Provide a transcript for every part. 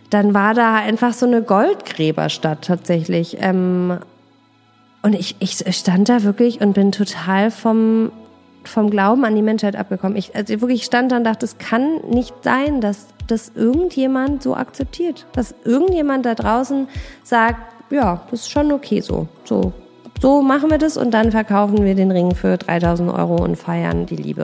dann war da einfach so eine Goldgräberstadt tatsächlich. Und ich stand da wirklich und bin total vom Glauben an die Menschheit abgekommen. Ich stand da und dachte, es kann nicht sein, dass das irgendjemand so akzeptiert. Dass irgendjemand da draußen sagt, ja, das ist schon okay so. So machen wir das und dann verkaufen wir den Ring für 3.000 € und feiern die Liebe.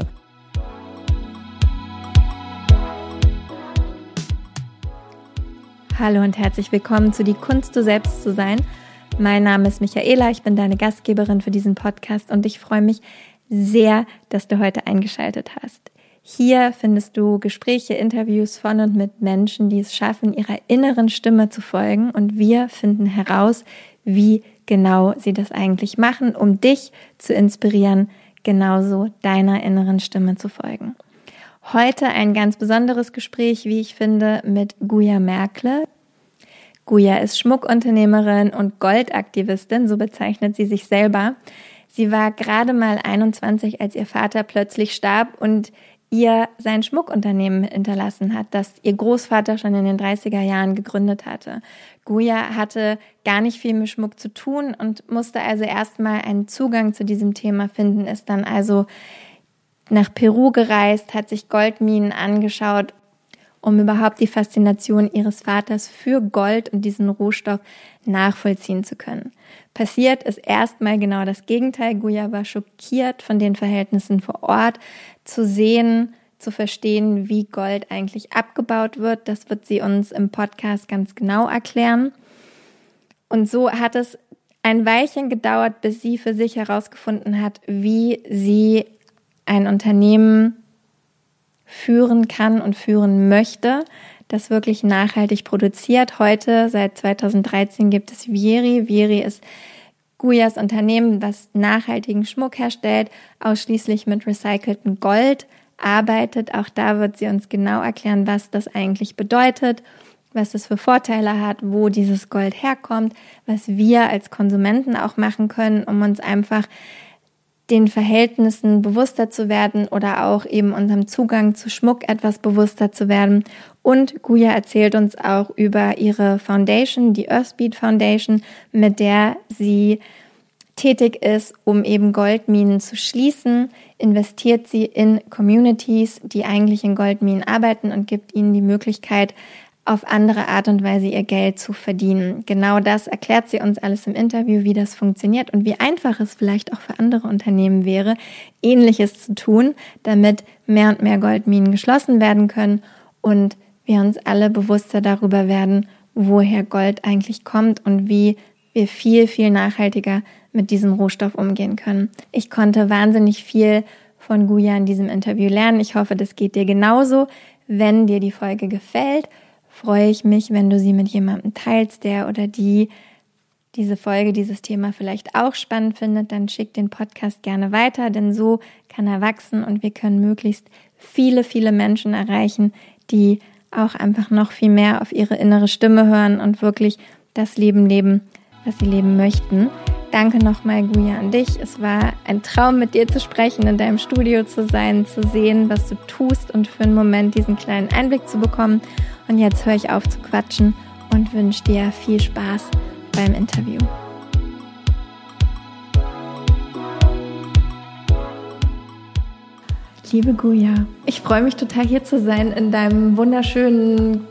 Hallo und herzlich willkommen zu Die Kunst, du selbst zu sein. Mein Name ist Michaela, ich bin deine Gastgeberin für diesen Podcast und ich freue mich sehr, dass du heute eingeschaltet hast. Hier findest du Gespräche, Interviews von und mit Menschen, die es schaffen, ihrer inneren Stimme zu folgen, und wir finden heraus, wie genau sie das eigentlich machen, um dich zu inspirieren, genauso deiner inneren Stimme zu folgen. Heute ein ganz besonderes Gespräch, wie ich finde, mit Guja Merkle. Guja ist Schmuckunternehmerin und Goldaktivistin, so bezeichnet sie sich selber. Sie war gerade mal 21, als ihr Vater plötzlich starb und ihr sein Schmuckunternehmen hinterlassen hat, das ihr Großvater schon in den 30er Jahren gegründet hatte. Guja hatte gar nicht viel mit Schmuck zu tun und musste also erstmal einen Zugang zu diesem Thema finden, ist dann also nach Peru gereist, hat sich Goldminen angeschaut, um überhaupt die Faszination ihres Vaters für Gold und diesen Rohstoff nachvollziehen zu können. Passiert ist erstmal genau das Gegenteil. Guja war schockiert von den Verhältnissen vor Ort, zu sehen, zu verstehen, wie Gold eigentlich abgebaut wird. Das wird sie uns im Podcast ganz genau erklären. Und so hat es ein Weilchen gedauert, bis sie für sich herausgefunden hat, wie sie ein Unternehmen führen kann und führen möchte, das wirklich nachhaltig produziert. Heute, seit 2013, gibt es Vieri. Vieri ist Gujas Unternehmen, das nachhaltigen Schmuck herstellt, ausschließlich mit recyceltem Gold arbeitet. Auch da wird sie uns genau erklären, was das eigentlich bedeutet, was das für Vorteile hat, wo dieses Gold herkommt, was wir als Konsumenten auch machen können, um uns einfach den Verhältnissen bewusster zu werden oder auch eben unserem Zugang zu Schmuck etwas bewusster zu werden. Und Guja erzählt uns auch über ihre Foundation, die Earthbeat Foundation, mit der sie tätig ist, um eben Goldminen zu schließen. Investiert sie in Communities, die eigentlich in Goldminen arbeiten, und gibt ihnen die Möglichkeit, auf andere Art und Weise ihr Geld zu verdienen. Genau das erklärt sie uns alles im Interview, wie das funktioniert und wie einfach es vielleicht auch für andere Unternehmen wäre, Ähnliches zu tun, damit mehr und mehr Goldminen geschlossen werden können und wir uns alle bewusster darüber werden, woher Gold eigentlich kommt und wie wir viel, viel nachhaltiger mit diesem Rohstoff umgehen können. Ich konnte wahnsinnig viel von Guja in diesem Interview lernen. Ich hoffe, das geht dir genauso. Wenn dir die Folge gefällt, freue ich mich, wenn du sie mit jemandem teilst, der oder die diese Folge, dieses Thema vielleicht auch spannend findet. Dann schick den Podcast gerne weiter, denn so kann er wachsen und wir können möglichst viele, viele Menschen erreichen, die auch einfach noch viel mehr auf ihre innere Stimme hören und wirklich das Leben leben, was sie leben möchten. Danke nochmal, Guja, an dich. Es war ein Traum, mit dir zu sprechen, in deinem Studio zu sein, zu sehen, was du tust und für einen Moment diesen kleinen Einblick zu bekommen. Und jetzt höre ich auf zu quatschen und wünsche dir viel Spaß beim Interview. Liebe Guja, ich freue mich total, hier zu sein in deinem wunderschönen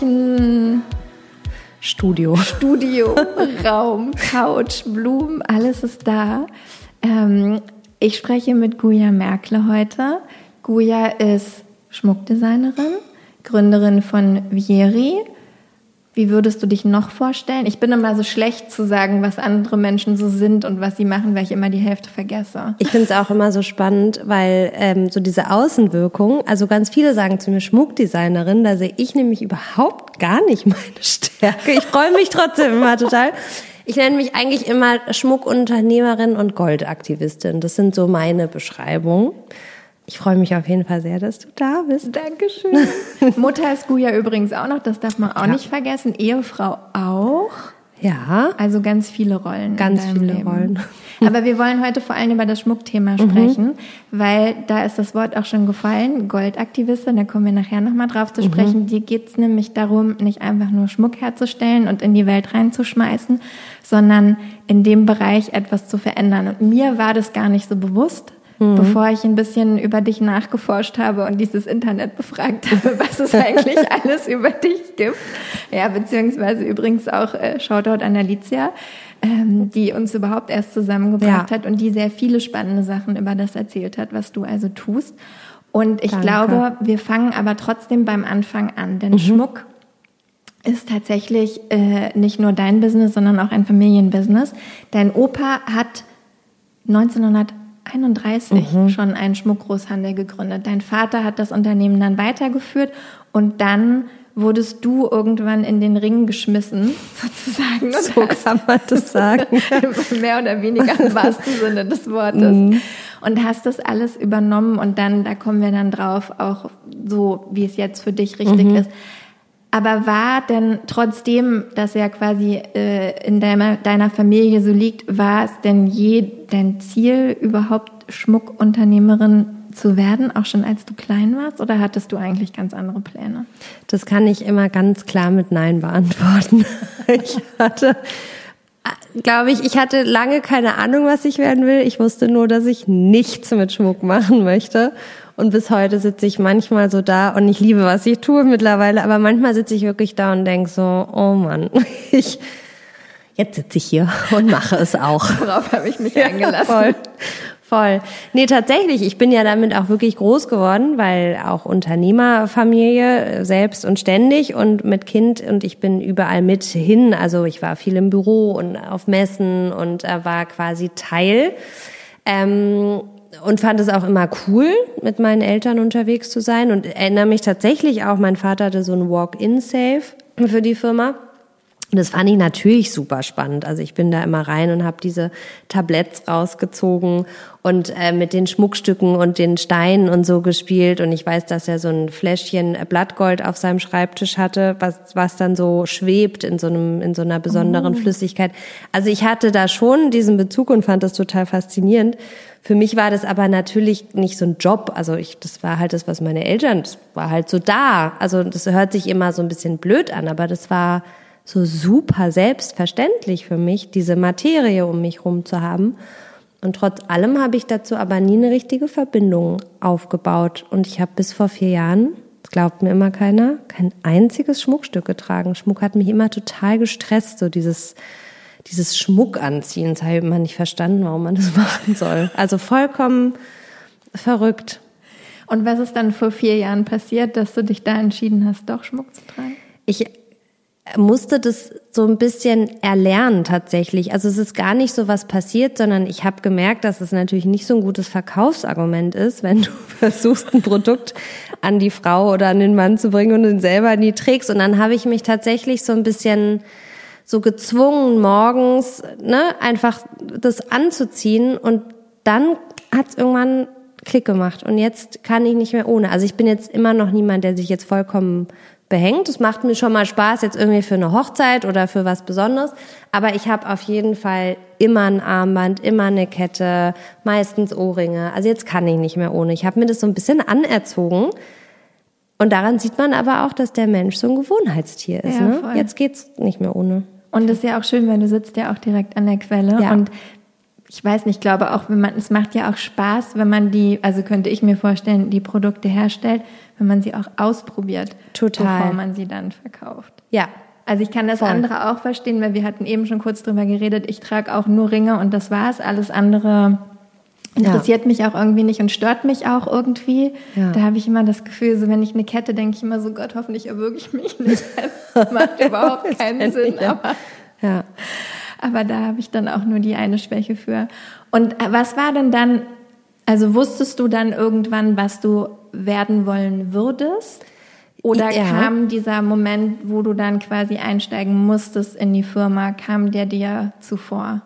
Studio, Raum, Couch, Blumen, alles ist da. Ich spreche mit Guja Merkle heute. Guja ist Schmuckdesignerin, Gründerin von Vieri. Wie würdest du dich noch vorstellen? Ich bin immer so schlecht zu sagen, was andere Menschen so sind und was sie machen, weil ich immer die Hälfte vergesse. Ich finde es auch immer so spannend, weil so diese Außenwirkung, also ganz viele sagen zu mir Schmuckdesignerin, da sehe ich nämlich überhaupt gar nicht meine Stärke. Ich freue mich trotzdem immer total. Ich nenne mich eigentlich immer Schmuckunternehmerin und Goldaktivistin. Das sind so meine Beschreibungen. Ich freue mich auf jeden Fall sehr, dass du da bist. Dankeschön. Mutter ist Guja übrigens auch noch, das darf man auch nicht vergessen. Ehefrau auch. Ja. Also ganz viele Rollen. Ganz viele Rollen. Aber wir wollen heute vor allem über das Schmuckthema sprechen, weil da ist das Wort auch schon gefallen, Goldaktivistin, da kommen wir nachher nochmal drauf zu sprechen. Dir geht's nämlich darum, nicht einfach nur Schmuck herzustellen und in die Welt reinzuschmeißen, sondern in dem Bereich etwas zu verändern. Und mir war das gar nicht so bewusst, bevor ich ein bisschen über dich nachgeforscht habe und dieses Internet befragt habe, was es eigentlich alles über dich gibt. Ja, beziehungsweise übrigens auch Shoutout an Alicia, die uns überhaupt erst zusammengebracht hat und die sehr viele spannende Sachen über das erzählt hat, was du also tust. Und ich glaube, wir fangen aber trotzdem beim Anfang an, denn Schmuck ist tatsächlich nicht nur dein Business, sondern auch ein Familienbusiness. Dein Opa hat 1931 schon einen Schmuckgroßhandel gegründet. Dein Vater hat das Unternehmen dann weitergeführt und dann wurdest du irgendwann in den Ring geschmissen, sozusagen. So kann man das sagen. Mehr oder weniger im wahrsten Sinne des Wortes. Und hast das alles übernommen und dann, da kommen wir dann drauf, auch so, wie es jetzt für dich richtig ist. Aber war denn trotzdem, dass ja quasi in deiner Familie so liegt, war es denn je dein Ziel, überhaupt Schmuckunternehmerin zu werden, auch schon als du klein warst? Oder hattest du eigentlich ganz andere Pläne? Das kann ich immer ganz klar mit Nein beantworten. Ich hatte lange keine Ahnung, was ich werden will. Ich wusste nur, dass ich nichts mit Schmuck machen möchte. Und bis heute sitze ich manchmal so da und ich liebe, was ich tue mittlerweile. Aber manchmal sitze ich wirklich da und denke so, oh Mann, jetzt sitze ich hier und mache es auch. Worauf habe ich mich eingelassen? Voll. Nee, tatsächlich, ich bin ja damit auch wirklich groß geworden, weil auch Unternehmerfamilie, selbst und ständig und mit Kind und ich bin überall mit hin. Also ich war viel im Büro und auf Messen und war quasi Teil. Und fand es auch immer cool, mit meinen Eltern unterwegs zu sein und erinnere mich tatsächlich auch, mein Vater hatte so ein Walk-in-Safe für die Firma. Und das fand ich natürlich super spannend. Also ich bin da immer rein und habe diese Tabletts rausgezogen und mit den Schmuckstücken und den Steinen und so gespielt. Und ich weiß, dass er so ein Fläschchen Blattgold auf seinem Schreibtisch hatte, was dann so schwebt in so einer besonderen Flüssigkeit. Also ich hatte da schon diesen Bezug und fand das total faszinierend. Für mich war das aber natürlich nicht so ein Job. Also das war halt das, was meine Eltern, das war halt so da. Also das hört sich immer so ein bisschen blöd an, aber das war so super selbstverständlich für mich, diese Materie um mich rum zu haben. Und trotz allem habe ich dazu aber nie eine richtige Verbindung aufgebaut. Und ich habe bis vor 4 Jahren, das glaubt mir immer keiner, kein einziges Schmuckstück getragen. Schmuck hat mich immer total gestresst, so dieses Schmuck anziehen. Das habe ich immer nicht verstanden, warum man das machen soll. Also vollkommen verrückt. Und was ist dann vor 4 Jahren passiert, dass du dich da entschieden hast, doch Schmuck zu tragen? Ich musste das so ein bisschen erlernen tatsächlich. Also es ist gar nicht so was passiert, sondern ich habe gemerkt, dass es natürlich nicht so ein gutes Verkaufsargument ist, wenn du versuchst, ein Produkt an die Frau oder an den Mann zu bringen und den selber nie trägst. Und dann habe ich mich tatsächlich so ein bisschen so gezwungen, morgens einfach das anzuziehen. Und dann hat es irgendwann Klick gemacht. Und jetzt kann ich nicht mehr ohne. Also ich bin jetzt immer noch niemand, der sich jetzt vollkommen behängt. Es macht mir schon mal Spaß, jetzt irgendwie für eine Hochzeit oder für was Besonderes. Aber ich habe auf jeden Fall immer ein Armband, immer eine Kette, meistens Ohrringe. Also jetzt kann ich nicht mehr ohne. Ich habe mir das so ein bisschen anerzogen. Und daran sieht man aber auch, dass der Mensch so ein Gewohnheitstier ist. Ja, ne? voll. Jetzt geht's nicht mehr ohne. Und das ist ja auch schön, weil du sitzt ja auch direkt an der Quelle. Ja. Und ich weiß nicht, ich glaube auch, es macht ja auch Spaß, wenn man also könnte ich mir vorstellen, die Produkte herstellt, wenn man sie auch ausprobiert, Total. bevor man sie dann verkauft. Ja. Also ich kann das andere auch verstehen, weil wir hatten eben schon kurz drüber geredet, ich trage auch nur Ringe und das war's. Alles andere interessiert mich auch irgendwie nicht und stört mich auch irgendwie. Ja. Da habe ich immer das Gefühl, so wenn ich eine Kette, denke ich immer so, Gott, hoffentlich erwürge ich mich nicht. Das macht überhaupt keinen Sinn. Aber da habe ich dann auch nur die eine Schwäche für. Und was war denn dann, also wusstest du dann irgendwann, was du werden wollen würdest? Oder kam dieser Moment, wo du dann quasi einsteigen musstest in die Firma, kam der dir zuvor?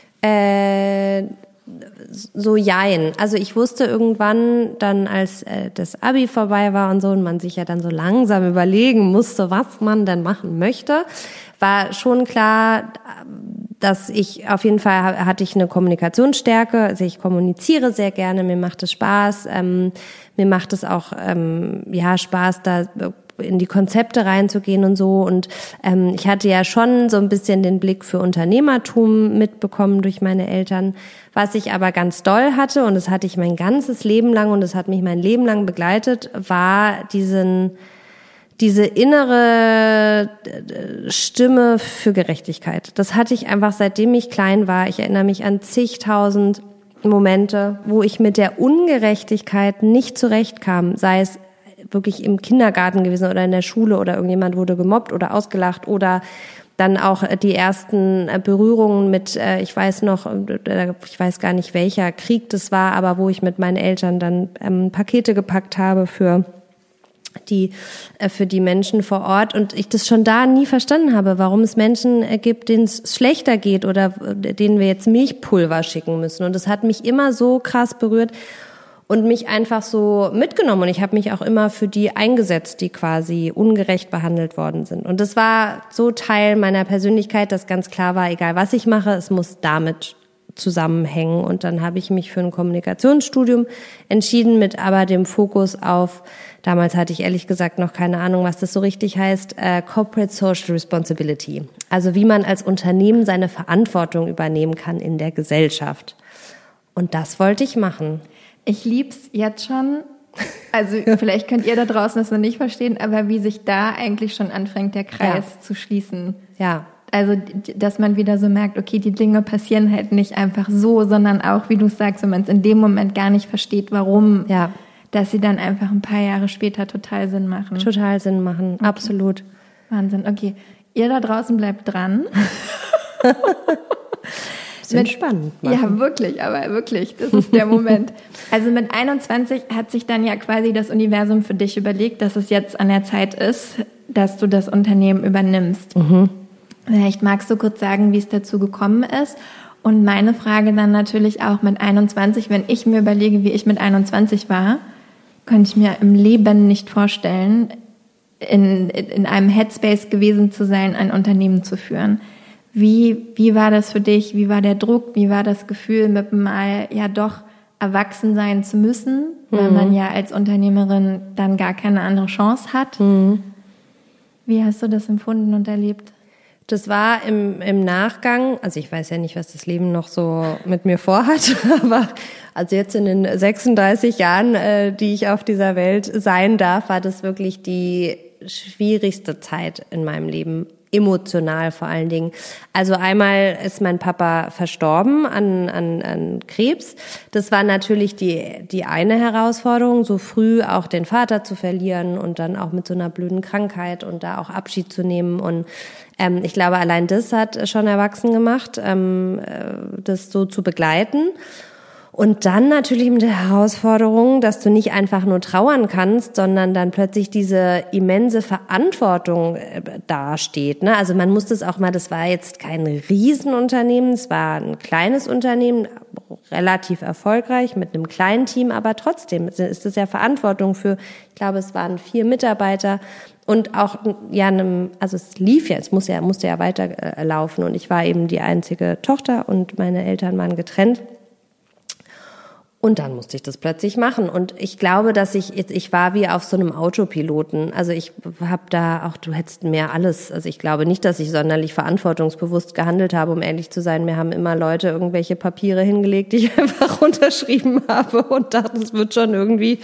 So jein. Also ich wusste irgendwann dann, als das Abi vorbei war und so und man sich ja dann so langsam überlegen musste, was man denn machen möchte, war schon klar, dass ich auf jeden Fall hatte ich eine Kommunikationsstärke, also ich kommuniziere sehr gerne, mir macht es Spaß, mir macht es auch Spaß, da in die Konzepte reinzugehen und so. Und ich hatte ja schon so ein bisschen den Blick für Unternehmertum mitbekommen durch meine Eltern. Was ich aber ganz doll hatte, und das hatte ich mein ganzes Leben lang und das hat mich mein Leben lang begleitet, war diese innere Stimme für Gerechtigkeit. Das hatte ich einfach, seitdem ich klein war. Ich erinnere mich an zigtausend Momente, wo ich mit der Ungerechtigkeit nicht zurechtkam, sei es wirklich im Kindergarten gewesen oder in der Schule oder irgendjemand wurde gemobbt oder ausgelacht oder dann auch die ersten Berührungen mit, ich weiß gar nicht welcher Krieg das war, aber wo ich mit meinen Eltern dann Pakete gepackt habe für die Menschen vor Ort und ich das schon da nie verstanden habe, warum es Menschen gibt, denen es schlechter geht oder denen wir jetzt Milchpulver schicken müssen. Und das hat mich immer so krass berührt und mich einfach so mitgenommen. Und ich habe mich auch immer für die eingesetzt, die quasi ungerecht behandelt worden sind. Und das war so Teil meiner Persönlichkeit, dass ganz klar war, egal was ich mache, es muss damit zusammenhängen. Und dann habe ich mich für ein Kommunikationsstudium entschieden, mit aber dem Fokus auf, damals hatte ich ehrlich gesagt noch keine Ahnung, was das so richtig heißt, Corporate Social Responsibility. Also wie man als Unternehmen seine Verantwortung übernehmen kann in der Gesellschaft. Und das wollte ich machen. Ich lieb's jetzt schon. Also vielleicht könnt ihr da draußen das noch nicht verstehen, aber wie sich da eigentlich schon anfängt, der Kreis zu schließen. Ja. Also, dass man wieder so merkt, okay, die Dinge passieren halt nicht einfach so, sondern auch, wie du sagst, wenn man es in dem Moment gar nicht versteht, warum, dass sie dann einfach ein paar Jahre später total Sinn machen. Total Sinn machen, okay. Absolut. Wahnsinn, okay. Ihr da draußen bleibt dran. Spannend. Machen. Ja, wirklich, aber wirklich, das ist der Moment. Also mit 21 hat sich dann ja quasi das Universum für dich überlegt, dass es jetzt an der Zeit ist, dass du das Unternehmen übernimmst. Mhm. Vielleicht magst du kurz sagen, wie es dazu gekommen ist. Und meine Frage dann natürlich auch mit 21, wenn ich mir überlege, wie ich mit 21 war, könnte ich mir im Leben nicht vorstellen, in einem Headspace gewesen zu sein, ein Unternehmen zu führen. Wie war das für dich? Wie war der Druck? Wie war das Gefühl, mit mal ja doch erwachsen sein zu müssen, weil man ja als Unternehmerin dann gar keine andere Chance hat? Mhm. Wie hast du das empfunden und erlebt? Das war im Nachgang, also ich weiß ja nicht, was das Leben noch so mit mir vorhat, aber also jetzt in den 36 Jahren, die ich auf dieser Welt sein darf, war das wirklich die schwierigste Zeit in meinem Leben. Emotional vor allen Dingen. Also einmal ist mein Papa verstorben an Krebs. Das war natürlich die eine Herausforderung, so früh auch den Vater zu verlieren und dann auch mit so einer blöden Krankheit und da auch Abschied zu nehmen. Und ich glaube, allein das hat schon erwachsen gemacht, das so zu begleiten. Und dann natürlich mit der Herausforderung, dass du nicht einfach nur trauern kannst, sondern dann plötzlich diese immense Verantwortung dasteht. Ne? Also man muss das auch mal, das war jetzt kein Riesenunternehmen, es war ein kleines Unternehmen, relativ erfolgreich mit einem kleinen Team, aber trotzdem ist es ja Verantwortung für, ich glaube, es waren 4 Mitarbeiter und auch also es lief ja, es musste ja weiterlaufen und ich war eben die einzige Tochter und meine Eltern waren getrennt. Und dann musste ich das plötzlich machen. Und ich glaube, dass ich war wie auf so einem Autopiloten. Also ich habe da auch, du hättest mehr alles. Also ich glaube nicht, dass ich sonderlich verantwortungsbewusst gehandelt habe, um ehrlich zu sein. Mir haben immer Leute irgendwelche Papiere hingelegt, die ich einfach unterschrieben habe und dachte, es wird schon irgendwie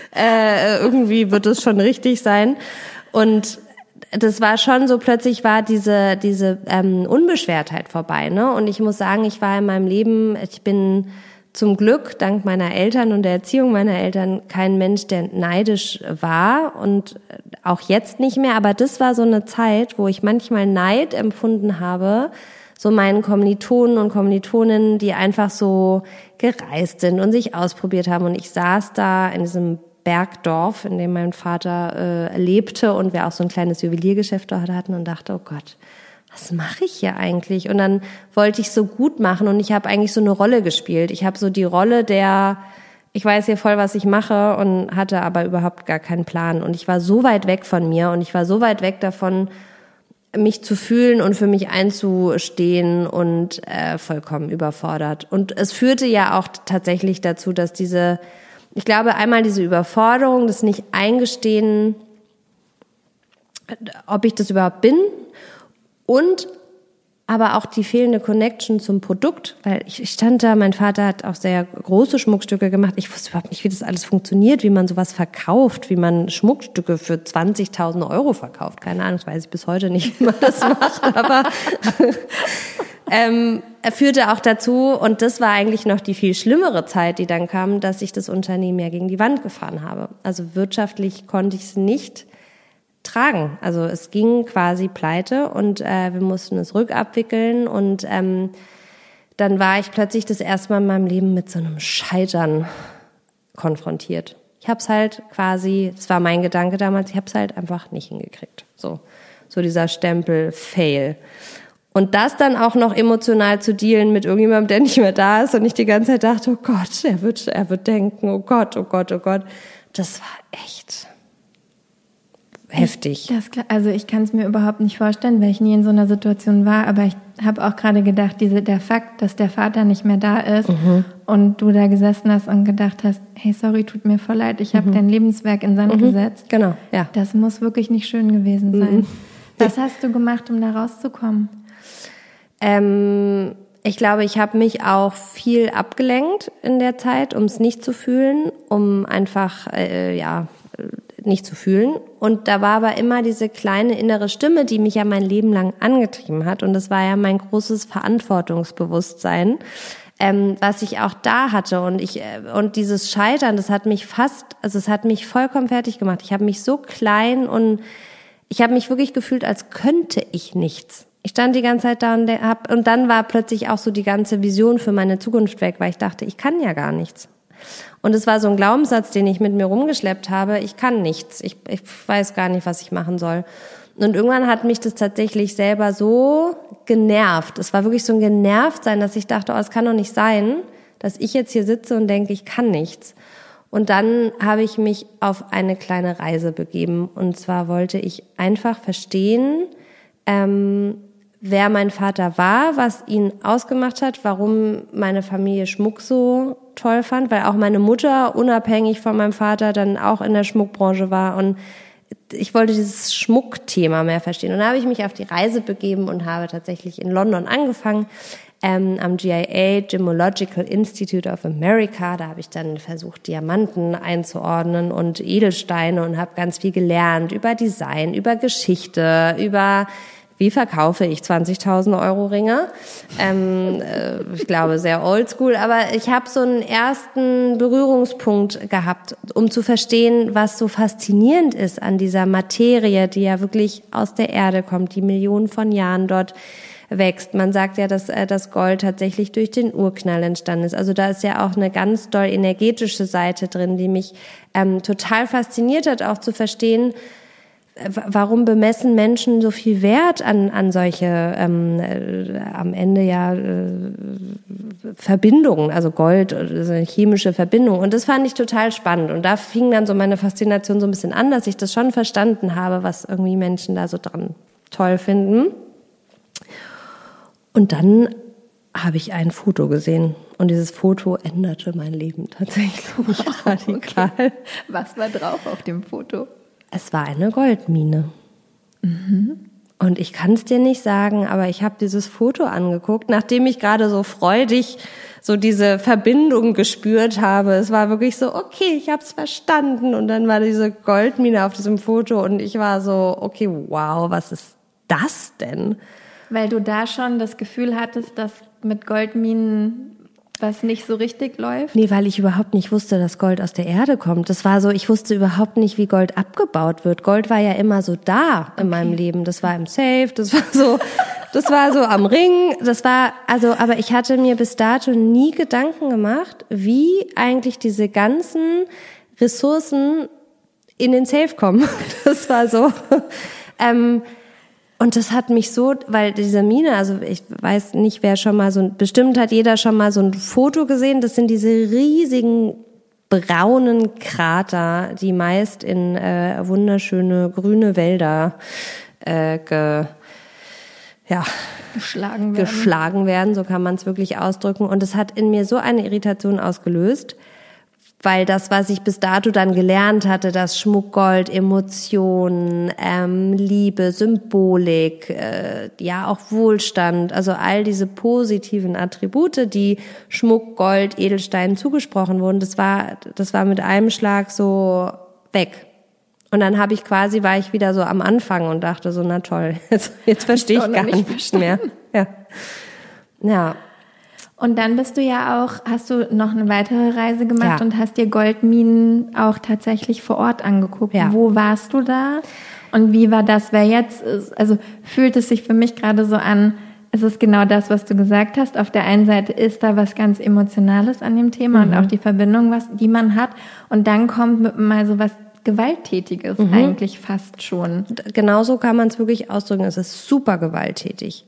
wird es schon richtig sein. Und das war schon so, plötzlich war diese Unbeschwertheit vorbei, ne? Und ich muss sagen, ich war in meinem Leben, ich bin zum Glück, dank meiner Eltern und der Erziehung meiner Eltern, kein Mensch, der neidisch war und auch jetzt nicht mehr. Aber das war so eine Zeit, wo ich manchmal Neid empfunden habe, so meinen Kommilitonen und Kommilitoninnen, die einfach so gereist sind und sich ausprobiert haben. Und ich saß da in diesem Bergdorf, in dem mein Vater lebte und wir auch so ein kleines Juweliergeschäft dort hatten und dachte, oh Gott, was mache ich hier eigentlich? Und dann wollte ich so gut machen und ich habe eigentlich so eine Rolle gespielt. Ich habe so die Rolle ich weiß hier voll, was ich mache und hatte aber überhaupt gar keinen Plan. Und ich war so weit weg von mir und ich war so weit weg davon, mich zu fühlen und für mich einzustehen und vollkommen überfordert. Und es führte ja auch tatsächlich dazu, dass ich glaube, einmal diese Überforderung, das nicht eingestehen, ob ich das überhaupt bin, und aber auch die fehlende Connection zum Produkt, weil ich stand da, mein Vater hat auch sehr große Schmuckstücke gemacht. Ich wusste überhaupt nicht, wie das alles funktioniert, wie man sowas verkauft, wie man Schmuckstücke für 20.000 Euro verkauft. Keine Ahnung, das weiß ich bis heute nicht, wie man das macht, aber er führte auch dazu, und das war eigentlich noch die viel schlimmere Zeit, die dann kam, dass ich das Unternehmen ja gegen die Wand gefahren habe. Also wirtschaftlich konnte ich es nicht tragen. Also es ging quasi pleite und wir mussten es rückabwickeln, und dann war ich plötzlich das erste Mal in meinem Leben mit so einem Scheitern konfrontiert. Ich habe es halt quasi, das war mein Gedanke damals, ich habe es halt einfach nicht hingekriegt. So dieser Stempel Fail. Und das dann auch noch emotional zu dealen mit irgendjemandem, der nicht mehr da ist, und ich die ganze Zeit dachte, oh Gott, er wird denken, oh Gott, oh Gott, oh Gott. Das war echt heftig. Also ich kann es mir überhaupt nicht vorstellen, weil ich nie in so einer Situation war, aber ich habe auch gerade gedacht, der Fakt, dass der Vater nicht mehr da ist und du da gesessen hast und gedacht hast, hey, sorry, tut mir voll leid, ich habe dein Lebenswerk in Sand gesetzt. Genau, ja. Das muss wirklich nicht schön gewesen sein. Was hast du gemacht, um da rauszukommen? Ich glaube, ich habe mich auch viel abgelenkt in der Zeit, um es nicht zu fühlen, um einfach, nicht zu fühlen. Und da war aber immer diese kleine innere Stimme, die mich ja mein Leben lang angetrieben hat. Und das war ja mein großes Verantwortungsbewusstsein, was ich auch da hatte. Und dieses Scheitern, das hat mich es hat mich vollkommen fertig gemacht. Ich habe mich so klein und ich habe mich wirklich gefühlt, als könnte ich nichts. Ich stand die ganze Zeit da und dann war plötzlich auch so die ganze Vision für meine Zukunft weg, weil ich dachte, ich kann ja gar nichts. Und es war so ein Glaubenssatz, den ich mit mir rumgeschleppt habe, ich kann nichts, ich weiß gar nicht, was ich machen soll. Und irgendwann hat mich das tatsächlich selber so genervt. Es war wirklich so ein Genervtsein, dass ich dachte, es kann doch nicht sein, dass ich jetzt hier sitze und denke, ich kann nichts. Und dann habe ich mich auf eine kleine Reise begeben. Und zwar wollte ich einfach verstehen, wer mein Vater war, was ihn ausgemacht hat, warum meine Familie Schmuck so toll fand, weil auch meine Mutter unabhängig von meinem Vater dann auch in der Schmuckbranche war, und ich wollte dieses Schmuckthema mehr verstehen. Und da habe ich mich auf die Reise begeben und habe tatsächlich in London angefangen, am GIA, Gemological Institute of America. Da habe ich dann versucht, Diamanten einzuordnen und Edelsteine, und habe ganz viel gelernt über Design, über Geschichte, über wie verkaufe ich 20.000 Euro Ringe? Ich glaube, sehr oldschool, aber ich habe so einen ersten Berührungspunkt gehabt, um zu verstehen, was so faszinierend ist an dieser Materie, die ja wirklich aus der Erde kommt, die Millionen von Jahren dort wächst. Man sagt ja, dass das Gold tatsächlich durch den Urknall entstanden ist. Also da ist ja auch eine ganz doll energetische Seite drin, die mich total fasziniert hat, auch zu verstehen, warum bemessen Menschen so viel Wert an solche am Ende Verbindungen, also Gold, also eine chemische Verbindung. Und das fand ich total spannend. Und da fing dann so meine Faszination so ein bisschen an, dass ich das schon verstanden habe, was irgendwie Menschen da so dran toll finden. Und dann habe ich ein Foto gesehen. Und dieses Foto änderte mein Leben tatsächlich radikal. Okay. Was war drauf auf dem Foto? Es war eine Goldmine. Und ich kann es dir nicht sagen, aber ich habe dieses Foto angeguckt, nachdem ich gerade so freudig so diese Verbindung gespürt habe. Es war wirklich so, okay, ich habe es verstanden. Und dann war diese Goldmine auf diesem Foto und ich war so, okay, wow, was ist das denn? Weil du da schon das Gefühl hattest, dass mit Goldminen was nicht so richtig läuft? Nee, weil ich überhaupt nicht wusste, dass Gold aus der Erde kommt. Das war so, ich wusste überhaupt nicht, wie Gold abgebaut wird. Gold war ja immer so da in meinem Leben. Das war im Safe, das war so am Ring. Aber ich hatte mir bis dato nie Gedanken gemacht, wie eigentlich diese ganzen Ressourcen in den Safe kommen. Das war so, und das hat mich so, weil diese Mine, also ich weiß nicht, wer schon mal bestimmt hat jeder schon mal so ein Foto gesehen, das sind diese riesigen braunen Krater, die meist in wunderschöne grüne Wälder geschlagen werden, so kann man es wirklich ausdrücken. Und es hat in mir so eine Irritation ausgelöst, weil das, was ich bis dato dann gelernt hatte, dass Schmuck, Gold, Emotionen, Liebe, Symbolik, auch Wohlstand, also all diese positiven Attribute, die Schmuck, Gold, Edelsteinen zugesprochen wurden, das war mit einem Schlag so weg. Und dann war ich wieder so am Anfang und dachte so, na toll, jetzt verstehe ich gar nicht mehr. Ja. Und dann hast du noch eine weitere Reise gemacht und hast dir Goldminen auch tatsächlich vor Ort angeguckt. Ja. Wo warst du da? Und wie war das? Weil jetzt, fühlt es sich für mich gerade so an, es ist genau das, was du gesagt hast. Auf der einen Seite ist da was ganz Emotionales an dem Thema und auch die Verbindung, die man hat. Und dann kommt mal so was Gewalttätiges eigentlich fast schon. Genauso kann man es wirklich ausdrücken. Es ist super gewalttätig.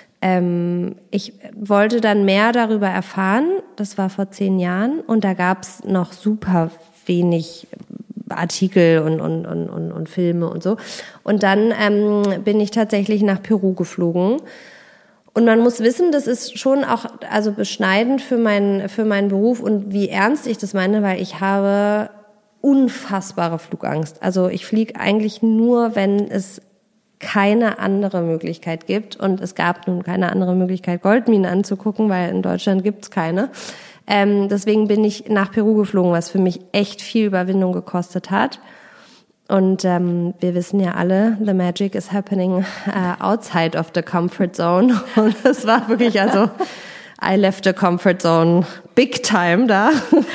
Ich wollte dann mehr darüber erfahren. Das war vor 10 Jahren. Und da gab es noch super wenig Artikel und Filme und so. Und dann bin ich tatsächlich nach Peru geflogen. Und man muss wissen, das ist schon auch beschneidend für meinen Beruf und wie ernst ich das meine, weil ich habe unfassbare Flugangst. Also ich fliege eigentlich nur, wenn es keine andere Möglichkeit gibt. Und es gab nun keine andere Möglichkeit, Goldminen anzugucken, weil in Deutschland gibt's keine. Deswegen bin ich nach Peru geflogen, was für mich echt viel Überwindung gekostet hat. Und wir wissen ja alle, the magic is happening outside of the comfort zone. Und es war wirklich, I left the comfort zone big time da.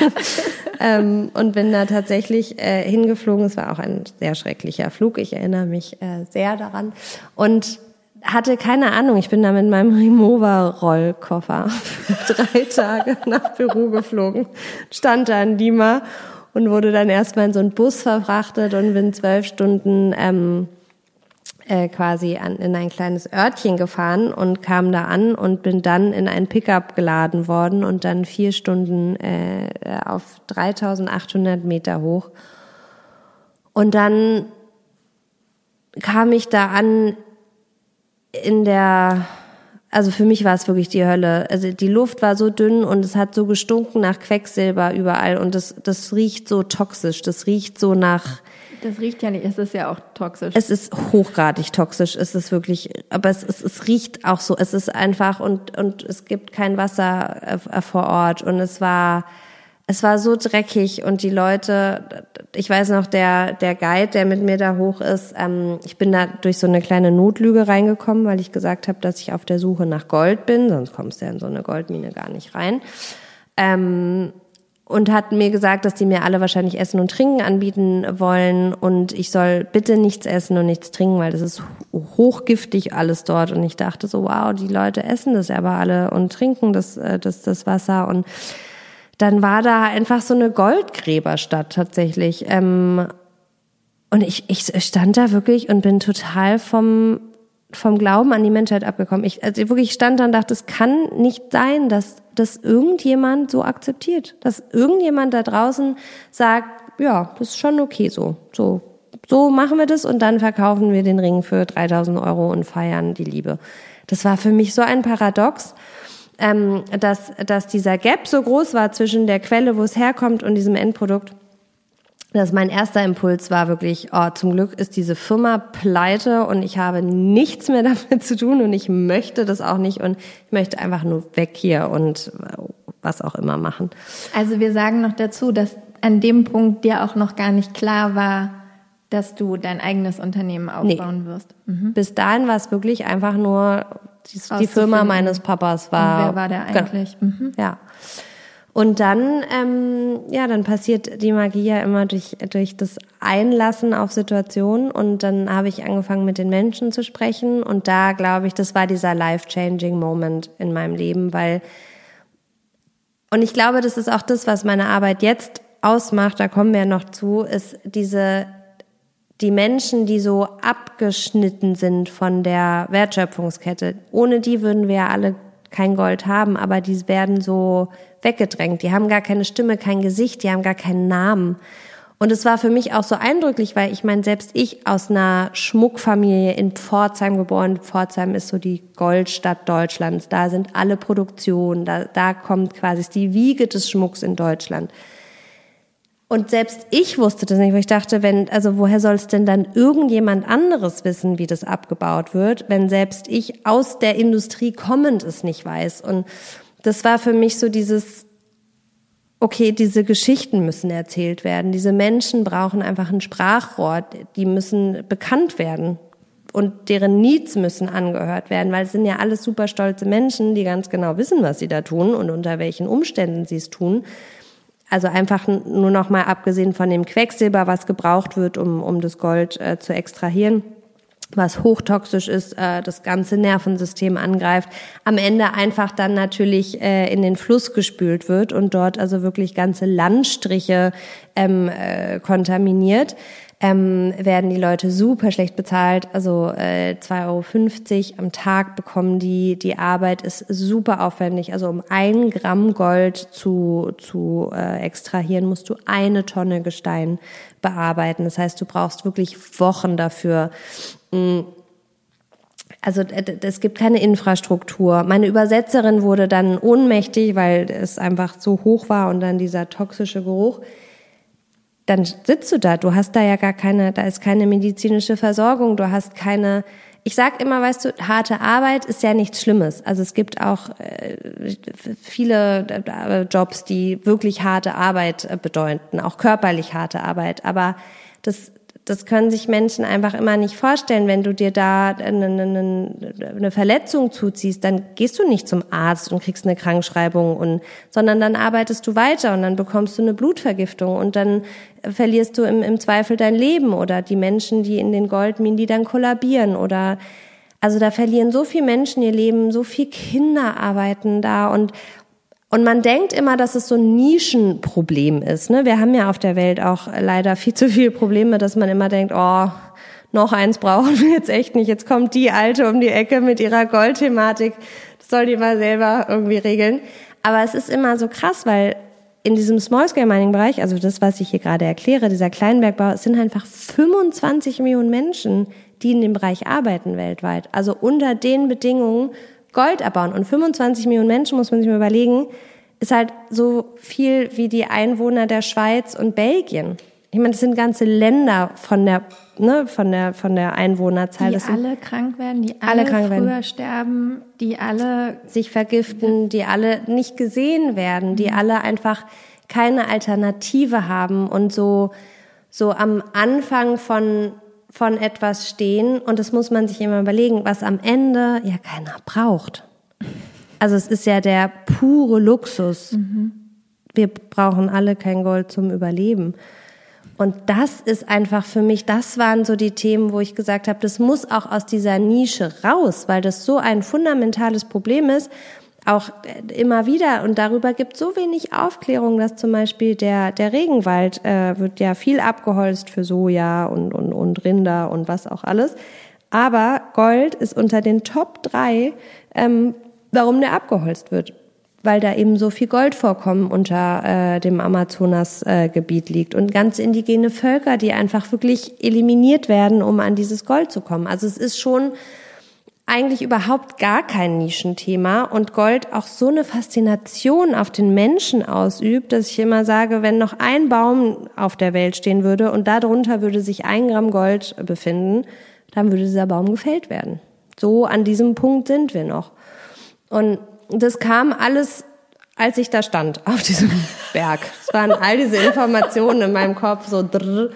Und bin da tatsächlich hingeflogen. Es war auch ein sehr schrecklicher Flug. Ich erinnere mich sehr daran. Und hatte keine Ahnung. Ich bin da mit meinem Rimowa-Rollkoffer 3 Tage nach Peru geflogen. Stand da in Lima und wurde dann erstmal in so einen Bus verfrachtet und bin 12 Stunden quasi in ein kleines Örtchen gefahren und kam da an und bin dann in ein Pickup geladen worden und dann 4 Stunden auf 3.800 Meter hoch. Und dann kam ich da an für mich war es wirklich die Hölle. Also die Luft war so dünn und es hat so gestunken nach Quecksilber überall und das riecht so toxisch. Das riecht so nach... Das riecht ja nicht, es ist ja auch toxisch. Es ist hochgradig toxisch, es ist wirklich, aber es riecht auch so, es ist einfach und es gibt kein Wasser vor Ort und es war so dreckig und die Leute, ich weiß noch, der Guide, der mit mir da hoch ist, ich bin da durch so eine kleine Notlüge reingekommen, weil ich gesagt habe, dass ich auf der Suche nach Gold bin, sonst kommst du ja in so eine Goldmine gar nicht rein. Und hat mir gesagt, dass die mir alle wahrscheinlich Essen und Trinken anbieten wollen und ich soll bitte nichts essen und nichts trinken, weil das ist hochgiftig alles dort. Und ich dachte so, wow, die Leute essen das aber alle und trinken das Wasser. Und dann war da einfach so eine Goldgräberstadt tatsächlich. Und ich stand da wirklich und bin total vom Glauben an die Menschheit abgekommen. Ich wirklich stand da und dachte, es kann nicht sein, dass das irgendjemand so akzeptiert. Dass irgendjemand da draußen sagt, ja, das ist schon okay so. So machen wir das und dann verkaufen wir den Ring für 3.000 € und feiern die Liebe. Das war für mich so ein Paradox, dass dieser Gap so groß war zwischen der Quelle, wo es herkommt und diesem Endprodukt. Dass mein erster Impuls war wirklich, zum Glück ist diese Firma pleite und ich habe nichts mehr damit zu tun und ich möchte das auch nicht und ich möchte einfach nur weg hier und was auch immer machen. Also wir sagen noch dazu, dass an dem Punkt dir auch noch gar nicht klar war, dass du dein eigenes Unternehmen aufbauen wirst. Mhm. Bis dahin war es wirklich einfach nur die Firma meines Papas war. Und wer war der eigentlich? Mhm. Ja. Und dann, dann passiert die Magie ja immer durch das Einlassen auf Situationen und dann habe ich angefangen mit den Menschen zu sprechen und da glaube ich, das war dieser life-changing Moment in meinem Leben, und ich glaube, das ist auch das, was meine Arbeit jetzt ausmacht, da kommen wir noch zu, ist die Menschen, die so abgeschnitten sind von der Wertschöpfungskette. Ohne die würden wir ja alle kein Gold haben, aber die werden so weggedrängt. Die haben gar keine Stimme, kein Gesicht, die haben gar keinen Namen. Und es war für mich auch so eindrücklich, weil ich meine, selbst ich aus einer Schmuckfamilie in Pforzheim geboren, Pforzheim ist so die Goldstadt Deutschlands, da sind alle Produktionen, da kommt quasi die Wiege des Schmucks in Deutschland. Und selbst ich wusste das nicht, weil ich dachte, woher soll es denn dann irgendjemand anderes wissen, wie das abgebaut wird, wenn selbst ich aus der Industrie kommend es nicht weiß. Und das war für mich so dieses, okay, diese Geschichten müssen erzählt werden. Diese Menschen brauchen einfach ein Sprachrohr, die müssen bekannt werden und deren Needs müssen angehört werden, weil es sind ja alles super stolze Menschen, die ganz genau wissen, was sie da tun und unter welchen Umständen sie es tun. Also einfach nur noch mal abgesehen von dem Quecksilber, was gebraucht wird, um das Gold zu extrahieren, was hochtoxisch ist, das ganze Nervensystem angreift, am Ende einfach dann natürlich in den Fluss gespült wird und dort also wirklich ganze Landstriche kontaminiert. Werden die Leute super schlecht bezahlt, also 2,50 € am Tag bekommen die. Die Arbeit ist super aufwendig, also um 1 Gramm Gold zu extrahieren, musst du 1 Tonne Gestein bearbeiten. Das heißt, du brauchst wirklich Wochen dafür. Also es gibt keine Infrastruktur. Meine Übersetzerin wurde dann ohnmächtig, weil es einfach so hoch war und dann dieser toxische Geruch. Dann sitzt du du hast da ja da ist keine medizinische Versorgung, du hast keine, ich sag immer, weißt du, harte Arbeit ist ja nichts Schlimmes. Also es gibt auch viele Jobs, die wirklich harte Arbeit bedeuten, auch körperlich harte Arbeit, aber das können sich Menschen einfach immer nicht vorstellen. Wenn du dir da eine Verletzung zuziehst, dann gehst du nicht zum Arzt und kriegst eine Krankschreibung, sondern dann arbeitest du weiter und dann bekommst du eine Blutvergiftung und dann verlierst du im Zweifel dein Leben oder die Menschen, die in den Goldminen, die dann kollabieren oder, also da verlieren so viele Menschen ihr Leben, so viele Kinder arbeiten da und man denkt immer, dass es so ein Nischenproblem ist, ne? Wir haben ja auf der Welt auch leider viel zu viele Probleme, dass man immer denkt, oh, noch eins brauchen wir jetzt echt nicht. Jetzt kommt die Alte um die Ecke mit ihrer Goldthematik. Das soll die mal selber irgendwie regeln. Aber es ist immer so krass, weil in diesem Small-Scale-Mining-Bereich, also das, was ich hier gerade erkläre, dieser Kleinbergbau, es sind einfach 25 Millionen Menschen, die in dem Bereich arbeiten weltweit. Also unter den Bedingungen Gold abbauen. Und 25 Millionen Menschen, muss man sich mal überlegen, ist halt so viel wie die Einwohner der Schweiz und Belgien. Ich meine, das sind ganze Länder von der Einwohnerzahl. Die alle krank werden, die alle früher sterben, die alle sich vergiften, die alle nicht gesehen werden, die alle einfach keine Alternative haben und so am Anfang von etwas stehen und das muss man sich immer überlegen, was am Ende ja keiner braucht. Also es ist ja der pure Luxus. Mhm. Wir brauchen alle kein Gold zum Überleben. Und das ist einfach für mich, das waren so die Themen, wo ich gesagt habe, das muss auch aus dieser Nische raus, weil das so ein fundamentales Problem ist, auch immer wieder. Und darüber gibt es so wenig Aufklärung, dass zum Beispiel der Regenwald wird ja viel abgeholzt für Soja und Rinder und was auch alles. Aber Gold ist unter den Top 3, warum der abgeholzt wird. Weil da eben so viel Goldvorkommen unter dem Amazonas-Gebiet liegt und ganz indigene Völker, die einfach wirklich eliminiert werden, um an dieses Gold zu kommen. Also es ist schon eigentlich überhaupt gar kein Nischenthema und Gold auch so eine Faszination auf den Menschen ausübt, dass ich immer sage, wenn noch ein Baum auf der Welt stehen würde und darunter würde sich 1 Gramm Gold befinden, dann würde dieser Baum gefällt werden. So an diesem Punkt sind wir noch. Und das kam alles, als ich da stand, auf diesem Berg. Es waren all diese Informationen in meinem Kopf, so drrr.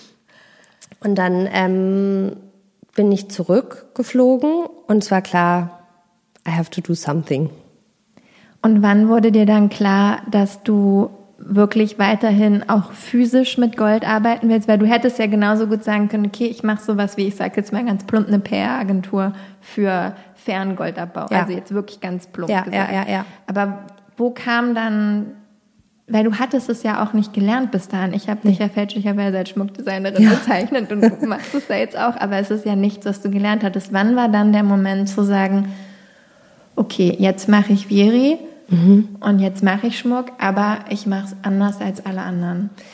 Und dann bin ich zurückgeflogen und es war klar, I have to do something. Und wann wurde dir dann klar, dass du wirklich weiterhin auch physisch mit Gold arbeiten willst? Weil du hättest ja genauso gut sagen können, okay, ich mache sowas wie, ich sage jetzt mal ganz plump, eine PR-Agentur für fairen Goldabbau. Ja. Also jetzt wirklich ganz plump gesagt. Ja. Aber wo kam dann, weil du hattest es ja auch nicht gelernt bis dahin. Ich habe dich ja fälschlicherweise als Schmuckdesignerin bezeichnet und du machst es ja jetzt auch, aber es ist ja nichts, was du gelernt hattest. Wann war dann der Moment zu sagen, okay, jetzt mache ich Viri und jetzt mache ich Schmuck, aber ich mache es anders als alle anderen?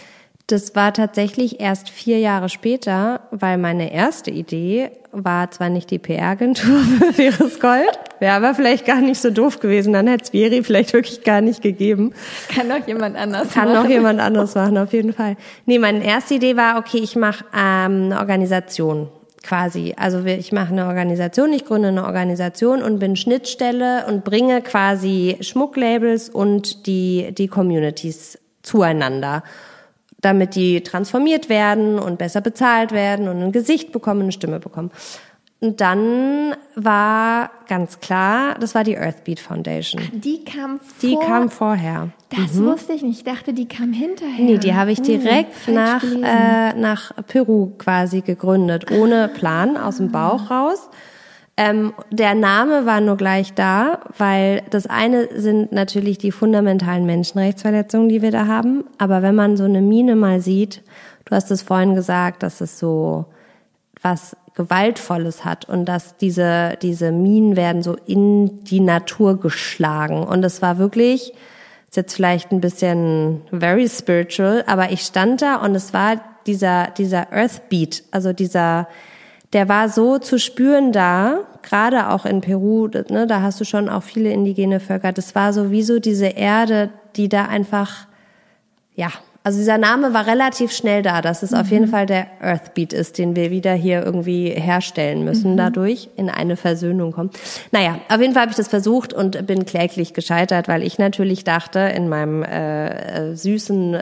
Das war tatsächlich erst 4 Jahre später, weil meine erste Idee war zwar nicht die PR-Agentur für faires Gold, wäre aber vielleicht gar nicht so doof gewesen, dann hätte es Veri vielleicht wirklich gar nicht gegeben. Kann doch jemand anders machen. Kann noch jemand anderes machen, auf jeden Fall. Nee, meine erste Idee war, okay, ich mache eine Organisation quasi. Also ich mache eine Organisation, ich gründe eine Organisation und bin Schnittstelle und bringe quasi Schmucklabels und die Communities zueinander, damit die transformiert werden und besser bezahlt werden und ein Gesicht bekommen, eine Stimme bekommen. Und dann war ganz klar, das war die Earthbeat Foundation. Die kam vorher. Das wusste ich nicht. Ich dachte, die kam hinterher. Nee, die habe ich direkt nach Peru quasi gegründet, ohne Plan, aus dem Bauch raus. Der Name war nur gleich da, weil das eine sind natürlich die fundamentalen Menschenrechtsverletzungen, die wir da haben. Aber wenn man so eine Mine mal sieht, du hast es vorhin gesagt, dass es so was Gewaltvolles hat und dass diese Minen werden so in die Natur geschlagen. Und es war wirklich, ist jetzt vielleicht ein bisschen very spiritual, aber ich stand da und es war dieser Earthbeat, also der war so zu spüren da, gerade auch in Peru, ne, da hast du schon auch viele indigene Völker. Das war so wie so diese Erde, die da einfach, ja, also dieser Name war relativ schnell da, dass es auf jeden Fall der Earthbeat ist, den wir wieder hier irgendwie herstellen müssen, dadurch in eine Versöhnung kommen. Naja, auf jeden Fall habe ich das versucht und bin kläglich gescheitert, weil ich natürlich dachte, in meinem süßen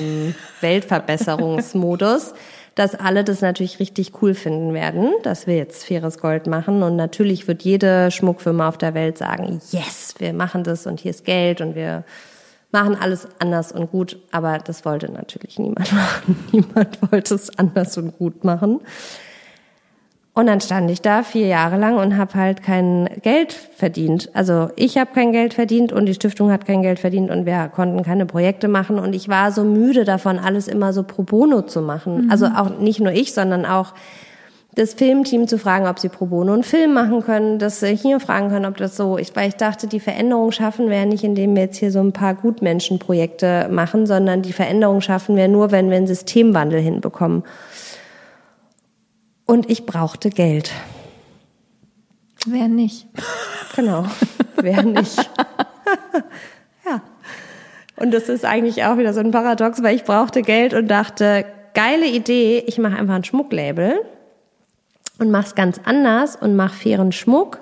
Weltverbesserungsmodus, dass alle das natürlich richtig cool finden werden, dass wir jetzt faires Gold machen. Und natürlich wird jede Schmuckfirma auf der Welt sagen, yes, wir machen das und hier ist Geld und wir machen alles anders und gut. Aber das wollte natürlich niemand machen. Niemand wollte es anders und gut machen. Und dann stand ich da 4 Jahre lang und habe halt kein Geld verdient. Also ich habe kein Geld verdient und die Stiftung hat kein Geld verdient und wir konnten keine Projekte machen. Und ich war so müde davon, alles immer so pro bono zu machen. Also auch nicht nur ich, sondern auch das Filmteam zu fragen, ob sie pro bono einen Film machen können, dass sie hier fragen können, ob das so ist. Weil ich dachte, die Veränderung schaffen wir nicht, indem wir jetzt hier so ein paar Gutmenschenprojekte machen, sondern die Veränderung schaffen wir nur, wenn wir einen Systemwandel hinbekommen. Und ich brauchte Geld. Wer nicht? Genau, wer nicht. Ja. Und das ist eigentlich auch wieder so ein Paradox, weil ich brauchte Geld und dachte, geile Idee, ich mache einfach ein Schmucklabel und mache es ganz anders und mache fairen Schmuck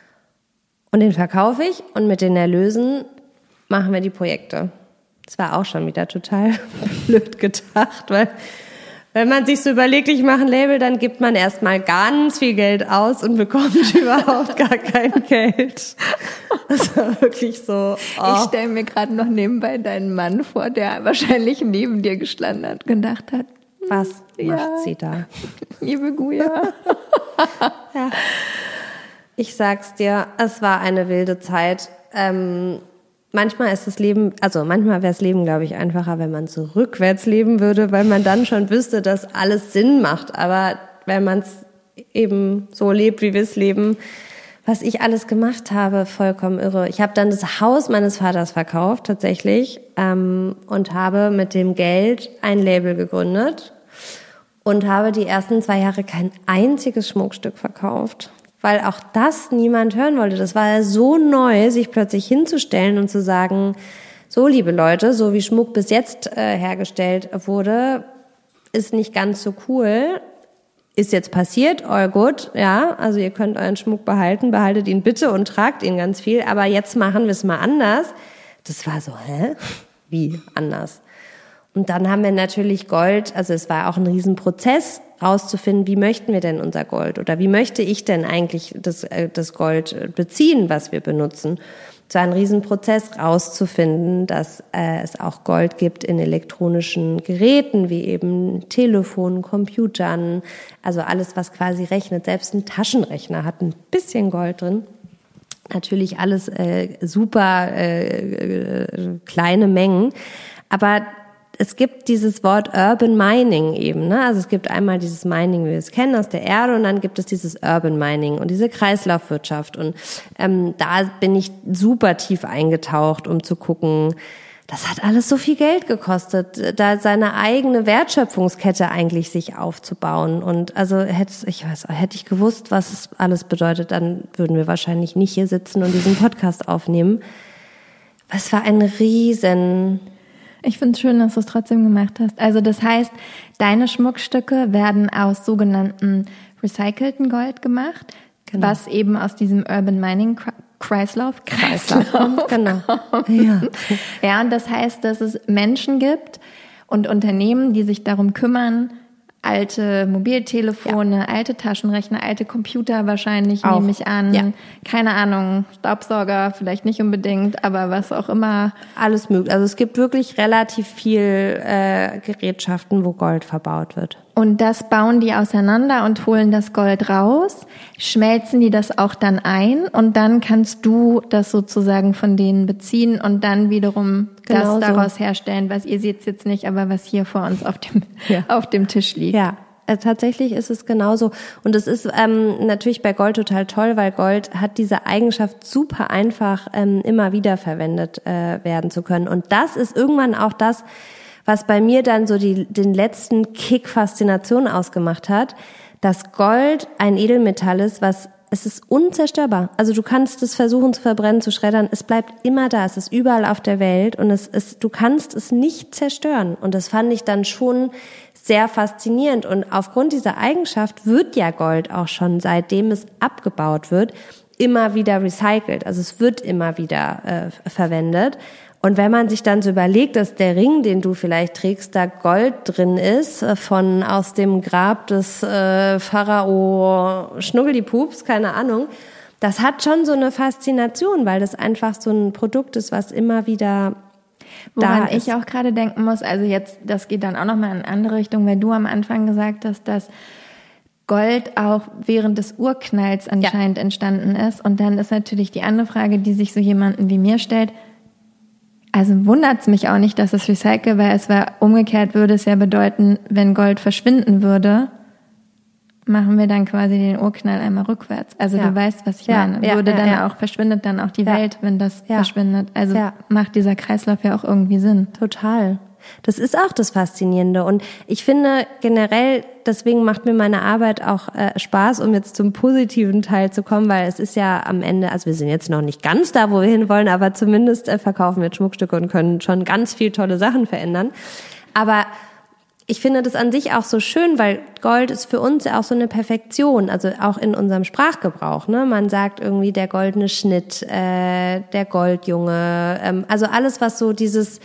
und den verkaufe ich und mit den Erlösen machen wir die Projekte. Das war auch schon wieder total blöd gedacht, weil wenn man sich so überlegt, ich mache ein Label, dann gibt man erstmal ganz viel Geld aus und bekommt überhaupt gar kein Geld. Das war wirklich so. Oh. Ich stelle mir gerade noch nebenbei deinen Mann vor, der wahrscheinlich neben dir gestanden hat und gedacht hat, was macht sie da? Liebe Guja. Ja. Ich sag's dir, es war eine wilde Zeit. Manchmal ist das Leben, also manchmal wäre das Leben, glaube ich, einfacher, wenn man so rückwärts leben würde, weil man dann schon wüsste, dass alles Sinn macht. Aber wenn man es eben so lebt, wie wir es leben, was ich alles gemacht habe, vollkommen irre. Ich habe dann das Haus meines Vaters verkauft, tatsächlich, und habe mit dem Geld ein Label gegründet und habe die ersten 2 Jahre kein einziges Schmuckstück verkauft. Weil auch das niemand hören wollte. Das war ja so neu, sich plötzlich hinzustellen und zu sagen, so liebe Leute, so wie Schmuck bis jetzt hergestellt wurde, ist nicht ganz so cool. Ist jetzt passiert, all good, ja, also ihr könnt euren Schmuck behalten, behaltet ihn bitte und tragt ihn ganz viel, aber jetzt machen wir es mal anders. Das war so, wie anders? Und dann haben wir natürlich Gold, also es war auch ein Riesenprozess, rauszufinden, wie möchten wir denn unser Gold oder wie möchte ich denn eigentlich das Gold beziehen, was wir benutzen. Es war ein Riesenprozess, rauszufinden, dass es auch Gold gibt in elektronischen Geräten, wie eben Telefonen, Computern, also alles, was quasi rechnet. Selbst ein Taschenrechner hat ein bisschen Gold drin. Natürlich alles super kleine Mengen, aber es gibt dieses Wort Urban Mining eben, ne? Also es gibt einmal dieses Mining, wie wir es kennen, aus der Erde, und dann gibt es dieses Urban Mining und diese Kreislaufwirtschaft. Und da bin ich super tief eingetaucht, um zu gucken, das hat alles so viel Geld gekostet, da seine eigene Wertschöpfungskette eigentlich sich aufzubauen. Und also hätte ich gewusst, was es alles bedeutet, dann würden wir wahrscheinlich nicht hier sitzen und diesen Podcast aufnehmen. Was war ein Riesen... Ich finde es schön, dass du es trotzdem gemacht hast. Also das heißt, deine Schmuckstücke werden aus sogenannten recycelten Gold gemacht, genau. Was eben aus diesem Urban Mining Kreislauf kommt. Genau. Ja, und das heißt, dass es Menschen gibt und Unternehmen, die sich darum kümmern, alte Mobiltelefone, alte Taschenrechner, alte Computer wahrscheinlich, nehme ich an. Keine Ahnung, Staubsauger vielleicht nicht unbedingt, aber was auch immer. Alles möglich. Also es gibt wirklich relativ viel Gerätschaften, wo Gold verbaut wird. Und das bauen die auseinander und holen das Gold raus, schmelzen die das auch dann ein und dann kannst du das sozusagen von denen beziehen und dann wiederum das daraus herstellen, was ihr seht jetzt nicht, aber was hier vor uns auf dem Tisch liegt. Ja, tatsächlich ist es genauso. Und es ist natürlich bei Gold total toll, weil Gold hat diese Eigenschaft, super einfach immer wieder verwendet werden zu können. Und das ist irgendwann auch das, was bei mir dann so den letzten Kick Faszination ausgemacht hat, dass Gold ein Edelmetall ist, es ist unzerstörbar. Also du kannst es versuchen zu verbrennen, zu schreddern, es bleibt immer da, es ist überall auf der Welt und du kannst es nicht zerstören. Und das fand ich dann schon sehr faszinierend. Und aufgrund dieser Eigenschaft wird ja Gold auch schon, seitdem es abgebaut wird, immer wieder recycelt. Also es wird immer wieder verwendet. Und wenn man sich dann so überlegt, dass der Ring, den du vielleicht trägst, da Gold drin ist, aus dem Grab des Pharao Schnuggelipups, keine Ahnung, das hat schon so eine Faszination, weil das einfach so ein Produkt ist, was immer wieder Woran ich auch gerade denken muss, also jetzt, das geht dann auch nochmal in eine andere Richtung, weil du am Anfang gesagt hast, dass Gold auch während des Urknalls anscheinend entstanden ist. Und dann ist natürlich die andere Frage, die sich so jemanden wie mir stellt, also wundert es mich auch nicht, dass es recycelbar ist, weil umgekehrt würde es ja bedeuten, wenn Gold verschwinden würde, machen wir dann quasi den Urknall einmal rückwärts. Also du weißt, was ich meine. Verschwindet dann auch die Welt, wenn das verschwindet. Also macht dieser Kreislauf ja auch irgendwie Sinn. Total. Das ist auch das Faszinierende. Und ich finde generell, deswegen macht mir meine Arbeit auch Spaß, um jetzt zum positiven Teil zu kommen, weil es ist ja am Ende, also wir sind jetzt noch nicht ganz da, wo wir hinwollen, aber zumindest verkaufen wir Schmuckstücke und können schon ganz viel tolle Sachen verändern. Aber ich finde das an sich auch so schön, weil Gold ist für uns ja auch so eine Perfektion, also auch in unserem Sprachgebrauch. Ne? Man sagt irgendwie der goldene Schnitt, der Goldjunge, also alles, was so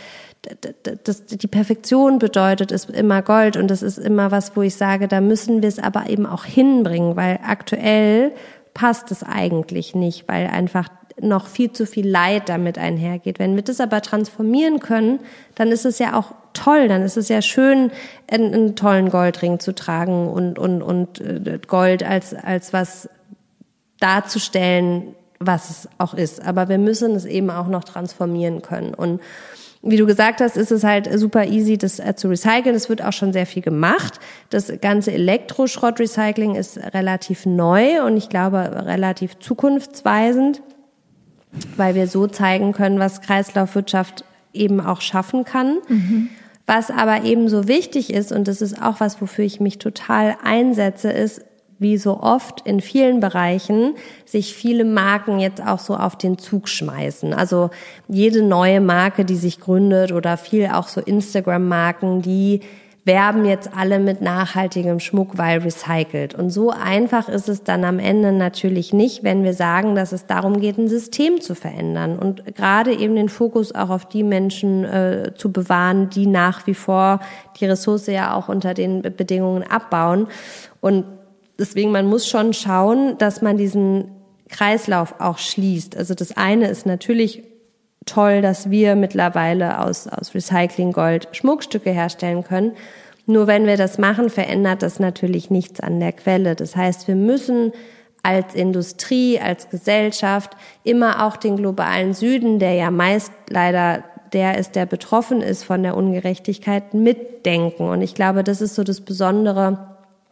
die Perfektion bedeutet, ist immer Gold und das ist immer was, wo ich sage, da müssen wir es aber eben auch hinbringen, weil aktuell passt es eigentlich nicht, weil einfach noch viel zu viel Leid damit einhergeht. Wenn wir das aber transformieren können, dann ist es ja auch toll, dann ist es ja schön, einen tollen Goldring zu tragen und Gold als was darzustellen, was es auch ist. Aber wir müssen es eben auch noch transformieren können. Und wie du gesagt hast, ist es halt super easy, das zu recyceln. Es wird auch schon sehr viel gemacht. Das ganze Elektroschrottrecycling ist relativ neu und ich glaube relativ zukunftsweisend, weil wir so zeigen können, was Kreislaufwirtschaft eben auch schaffen kann. Mhm. Was aber eben so wichtig ist, und das ist auch was, wofür ich mich total einsetze, ist, wie so oft in vielen Bereichen sich viele Marken jetzt auch so auf den Zug schmeißen. Also jede neue Marke, die sich gründet oder viel auch so Instagram-Marken, die werben jetzt alle mit nachhaltigem Schmuck, weil recycelt. Und so einfach ist es dann am Ende natürlich nicht, wenn wir sagen, dass es darum geht, ein System zu verändern und gerade eben den Fokus auch auf die Menschen zu bewahren, die nach wie vor die Ressource ja auch unter den Bedingungen abbauen. Und deswegen, man muss schon schauen, dass man diesen Kreislauf auch schließt. Also das eine ist natürlich toll, dass wir mittlerweile aus Recyclinggold Schmuckstücke herstellen können. Nur wenn wir das machen, verändert das natürlich nichts an der Quelle. Das heißt, wir müssen als Industrie, als Gesellschaft immer auch den globalen Süden, der ja meist leider der ist, der betroffen ist von der Ungerechtigkeit, mitdenken. Und ich glaube, das ist so das Besondere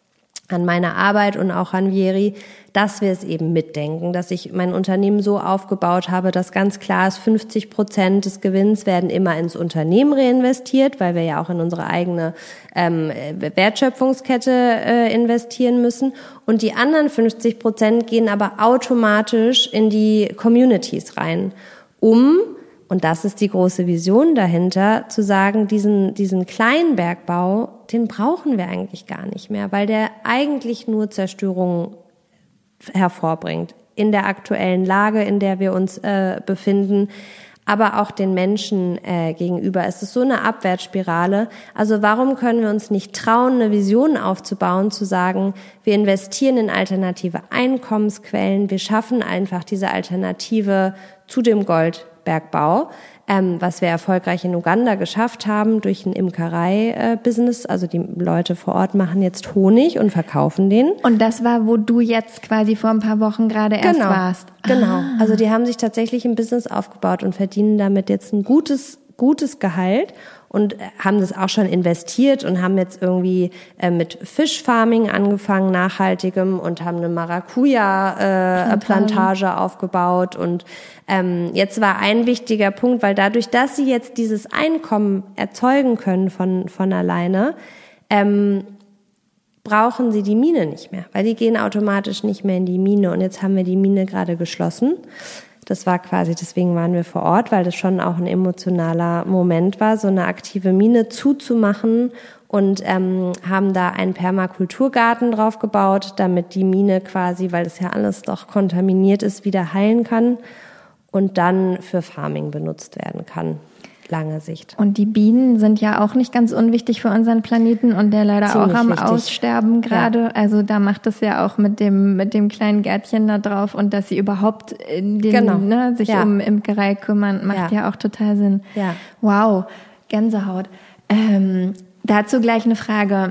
an meiner Arbeit und auch an Vieri, dass wir es eben mitdenken, dass ich mein Unternehmen so aufgebaut habe, dass ganz klar ist, 50% des Gewinns werden immer ins Unternehmen reinvestiert, weil wir ja auch in unsere eigene Wertschöpfungskette investieren müssen. Und die anderen 50% gehen aber automatisch in die Communities rein, und das ist die große Vision dahinter, zu sagen, diesen Kleinbergbau, den brauchen wir eigentlich gar nicht mehr, weil der eigentlich nur Zerstörung hervorbringt in der aktuellen Lage, in der wir uns befinden, aber auch den Menschen gegenüber. Es ist so eine Abwärtsspirale. Also warum können wir uns nicht trauen, eine Vision aufzubauen, zu sagen, wir investieren in alternative Einkommensquellen, wir schaffen einfach diese Alternative zu dem Goldbergbau, was wir erfolgreich in Uganda geschafft haben durch ein Imkerei-Business. Also die Leute vor Ort machen jetzt Honig und verkaufen den. Und das war, wo du jetzt quasi vor ein paar Wochen gerade erst warst. Genau. Also die haben sich tatsächlich ein Business aufgebaut und verdienen damit jetzt ein gutes Gehalt und haben das auch schon investiert und haben jetzt irgendwie mit Fischfarming angefangen, nachhaltigem, und haben eine Maracuja-Plantage aufgebaut. Und jetzt war ein wichtiger Punkt, weil dadurch, dass sie jetzt dieses Einkommen erzeugen können von alleine, brauchen sie die Mine nicht mehr, weil die gehen automatisch nicht mehr in die Mine. Und jetzt haben wir die Mine gerade geschlossen. Das war quasi, deswegen waren wir vor Ort, weil das schon auch ein emotionaler Moment war, so eine aktive Mine zuzumachen, und haben da einen Permakulturgarten drauf gebaut, damit die Mine quasi, weil das ja alles doch kontaminiert ist, wieder heilen kann und dann für Farming benutzt werden kann. Lange Sicht. Und die Bienen sind ja auch nicht ganz unwichtig für unseren Planeten und der leider ziemlich auch am wichtig. Aussterben gerade. Ja. Also da macht es ja auch mit dem kleinen Gärtchen da drauf, und dass sie überhaupt sich um Imkerei kümmern, macht ja auch total Sinn. Ja. Wow, Gänsehaut. Dazu gleich eine Frage.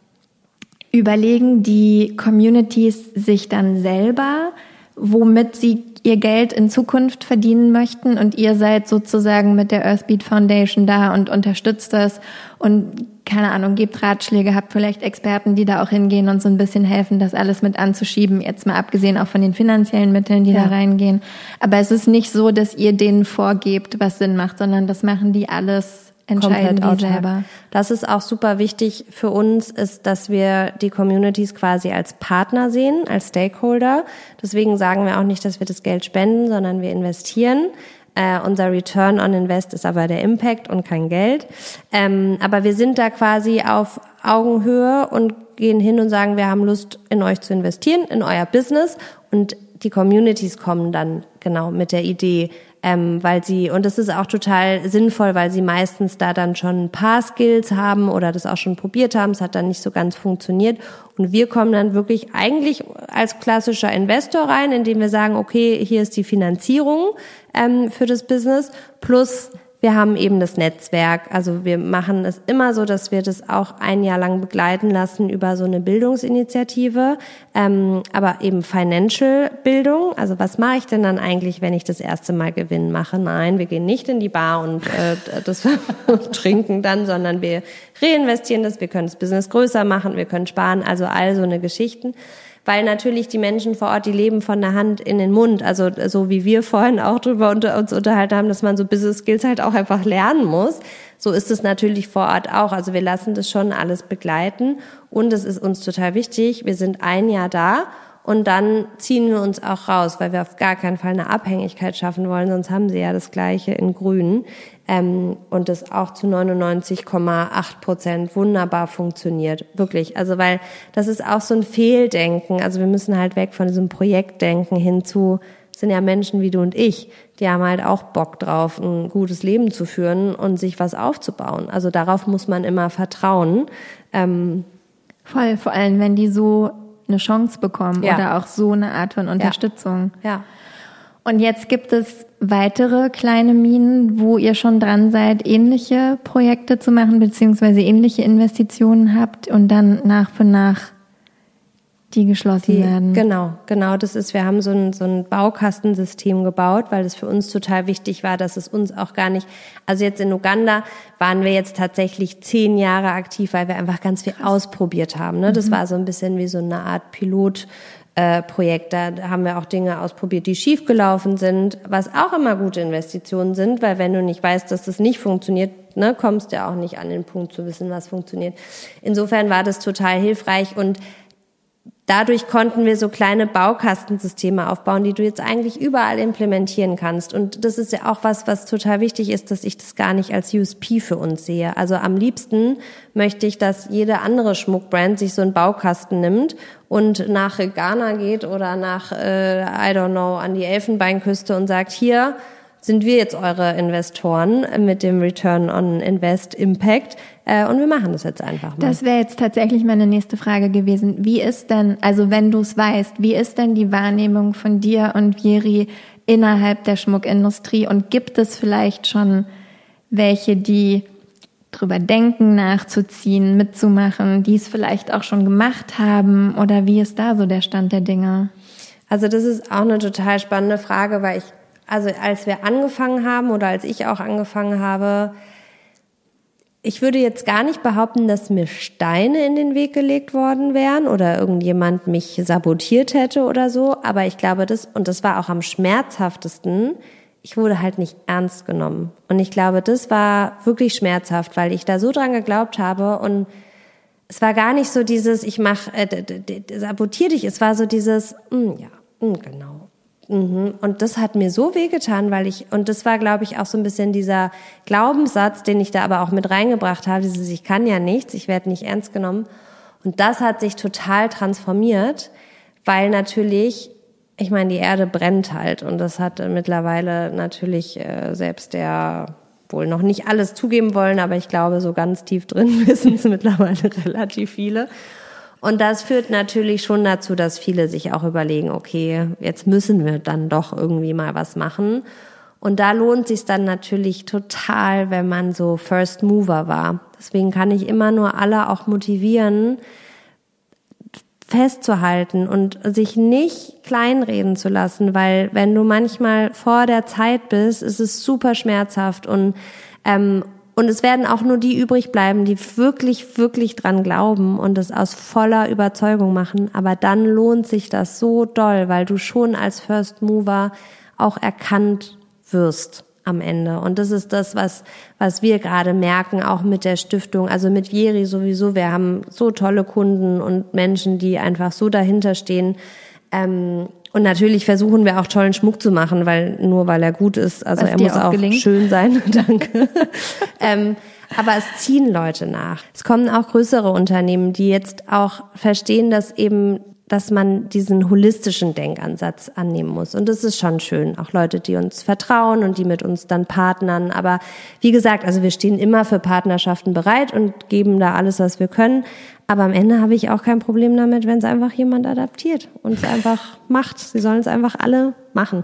Überlegen die Communities sich dann selber, womit sie ihr Geld in Zukunft verdienen möchten, und ihr seid sozusagen mit der Earthbeat Foundation da und unterstützt das und, keine Ahnung, gebt Ratschläge, habt vielleicht Experten, die da auch hingehen und so ein bisschen helfen, das alles mit anzuschieben, jetzt mal abgesehen auch von den finanziellen Mitteln, die da reingehen. Aber es ist nicht so, dass ihr denen vorgebt, was Sinn macht, sondern das machen die alles entscheiden die selber. Das ist auch super wichtig für uns, ist, dass wir die Communities quasi als Partner sehen, als Stakeholder. Deswegen sagen wir auch nicht, dass wir das Geld spenden, sondern wir investieren. Unser Return on Invest ist aber der Impact und kein Geld. Aber wir sind da quasi auf Augenhöhe und gehen hin und sagen, wir haben Lust, in euch zu investieren, in euer Business, und die Communities kommen dann genau mit der Idee, und das ist auch total sinnvoll, weil sie meistens da dann schon ein paar Skills haben oder das auch schon probiert haben. Es hat dann nicht so ganz funktioniert. Und wir kommen dann wirklich eigentlich als klassischer Investor rein, indem wir sagen, okay, hier ist die Finanzierung für das Business, plus wir haben eben das Netzwerk. Also wir machen es immer so, dass wir das auch ein Jahr lang begleiten lassen über so eine Bildungsinitiative, aber eben Financial Bildung. Also was mache ich denn dann eigentlich, wenn ich das erste Mal Gewinn mache? Nein, wir gehen nicht in die Bar und das trinken dann, sondern wir reinvestieren das, wir können das Business größer machen, wir können sparen, also all so eine Geschichten. Weil natürlich die Menschen vor Ort, die leben von der Hand in den Mund. Also so wie wir vorhin auch drüber uns unterhalten haben, dass man so Business Skills halt auch einfach lernen muss. So ist es natürlich vor Ort auch. Also wir lassen das schon alles begleiten. Und es ist uns total wichtig, wir sind ein Jahr da und dann ziehen wir uns auch raus, weil wir auf gar keinen Fall eine Abhängigkeit schaffen wollen. Sonst haben sie ja das Gleiche in Grün. Und das auch zu 99,8% wunderbar funktioniert. Wirklich. Also weil das ist auch so ein Fehldenken. Also wir müssen halt weg von diesem Projektdenken hin zu, sind ja Menschen wie du und ich, die haben halt auch Bock drauf, ein gutes Leben zu führen und sich was aufzubauen. Also darauf muss man immer vertrauen. Voll, vor allem, wenn die so eine Chance bekommen oder auch so eine Art von Unterstützung. Ja. Und jetzt gibt es weitere kleine Minen, wo ihr schon dran seid, ähnliche Projekte zu machen, beziehungsweise ähnliche Investitionen habt und dann nach und nach die geschlossen werden. Genau, das ist, wir haben so ein Baukastensystem gebaut, weil es für uns total wichtig war, dass es uns auch gar nicht, also jetzt in Uganda waren wir jetzt tatsächlich 10 Jahre aktiv, weil wir einfach ganz viel ausprobiert haben. Ne? Das war so ein bisschen wie so eine Art Pilotprojekt. Da haben wir auch Dinge ausprobiert, die schiefgelaufen sind, was auch immer gute Investitionen sind, weil wenn du nicht weißt, dass das nicht funktioniert, ne, kommst du ja auch nicht an den Punkt zu wissen, was funktioniert. Insofern war das total hilfreich und dadurch konnten wir so kleine Baukastensysteme aufbauen, die du jetzt eigentlich überall implementieren kannst. Und das ist ja auch was total wichtig ist, dass ich das gar nicht als USP für uns sehe. Also am liebsten möchte ich, dass jede andere Schmuckbrand sich so einen Baukasten nimmt und nach Ghana geht oder nach, an die Elfenbeinküste und sagt, hier sind wir jetzt eure Investoren mit dem Return on Invest Impact und wir machen das jetzt einfach mal. Das wäre jetzt tatsächlich meine nächste Frage gewesen. Wie ist denn, also wenn du es weißt, wie ist denn die Wahrnehmung von dir und Vieri innerhalb der Schmuckindustrie und gibt es vielleicht schon welche, die drüber denken, nachzuziehen, mitzumachen, die es vielleicht auch schon gemacht haben oder wie ist da so der Stand der Dinge? Also das ist auch eine total spannende Frage, weil also als wir angefangen haben oder als ich auch angefangen habe, ich würde jetzt gar nicht behaupten, dass mir Steine in den Weg gelegt worden wären oder irgendjemand mich sabotiert hätte oder so, aber ich glaube, das war auch am schmerzhaftesten, ich wurde halt nicht ernst genommen. Und ich glaube, das war wirklich schmerzhaft, weil ich da so dran geglaubt habe und es war gar nicht so dieses, sabotier dich, es war so dieses, genau. Und das hat mir so wehgetan, und das war, glaube ich, auch so ein bisschen dieser Glaubenssatz, den ich da aber auch mit reingebracht habe, dieses, ich kann ja nichts, ich werde nicht ernst genommen. Und das hat sich total transformiert, weil natürlich, ich meine, die Erde brennt halt und das hat mittlerweile natürlich selbst der wohl noch nicht alles zugeben wollen, aber ich glaube, so ganz tief drin wissen es mittlerweile relativ viele. Und das führt natürlich schon dazu, dass viele sich auch überlegen, okay, jetzt müssen wir dann doch irgendwie mal was machen. Und da lohnt sich dann natürlich total, wenn man so First Mover war. Deswegen kann ich immer nur alle auch motivieren, festzuhalten und sich nicht kleinreden zu lassen, weil wenn du manchmal vor der Zeit bist, ist es super schmerzhaft und es werden auch nur die übrig bleiben, die wirklich, wirklich dran glauben und es aus voller Überzeugung machen. Aber dann lohnt sich das so doll, weil du schon als First Mover auch erkannt wirst am Ende. Und das ist das, was wir gerade merken, auch mit der Stiftung, also mit Vieri sowieso. Wir haben so tolle Kunden und Menschen, die einfach so dahinter stehen. Und natürlich versuchen wir auch tollen Schmuck zu machen, weil er gut ist. Also er muss auch schön sein. Danke. Aber es ziehen Leute nach. Es kommen auch größere Unternehmen, die jetzt auch verstehen, dass man diesen holistischen Denkansatz annehmen muss. Und das ist schon schön. Auch Leute, die uns vertrauen und die mit uns dann partnern. Aber wie gesagt, also wir stehen immer für Partnerschaften bereit und geben da alles, was wir können. Aber am Ende habe ich auch kein Problem damit, wenn es einfach jemand adaptiert und es einfach macht. Sie sollen es einfach alle machen.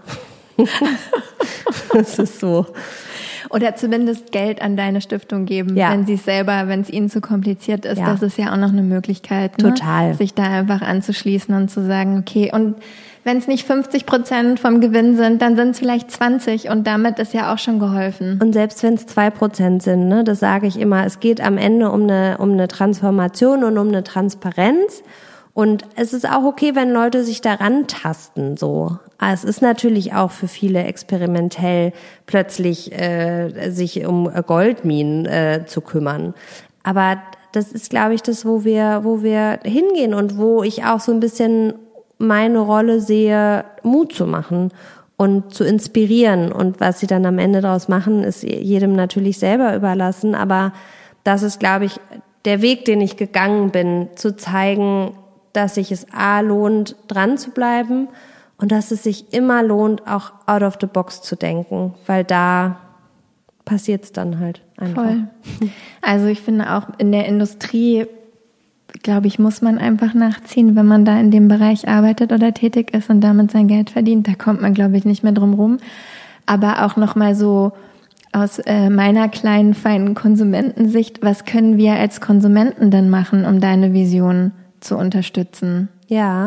Das ist so. Oder zumindest Geld an deine Stiftung geben, wenn es ihnen zu kompliziert ist. Ja. Das ist ja auch noch eine Möglichkeit, total, sich da einfach anzuschließen und zu sagen, okay, und wenn es nicht 50% vom Gewinn sind, dann sind es vielleicht 20 und damit ist ja auch schon geholfen. Und selbst wenn es 2% sind, ne, das sage ich immer, es geht am Ende um eine Transformation und um eine Transparenz. Und es ist auch okay, wenn Leute sich daran tasten, so. Es ist natürlich auch für viele experimentell plötzlich sich um Goldminen zu kümmern. Aber das ist, glaube ich, das, wo wir hingehen und wo ich auch so ein bisschen meine Rolle sehe, Mut zu machen und zu inspirieren. Und was sie dann am Ende daraus machen, ist jedem natürlich selber überlassen. Aber das ist, glaube ich, der Weg, den ich gegangen bin, zu zeigen, dass sich es lohnt, dran zu bleiben und dass es sich immer lohnt, auch out of the box zu denken, weil da passiert es dann halt einfach. Voll. Also ich finde auch in der Industrie, glaube ich, muss man einfach nachziehen, wenn man da in dem Bereich arbeitet oder tätig ist und damit sein Geld verdient. Da kommt man, glaube ich, nicht mehr drum rum. Aber auch nochmal so aus meiner kleinen, feinen Konsumentensicht, was können wir als Konsumenten denn machen, um deine Vision zu unterstützen? Ja,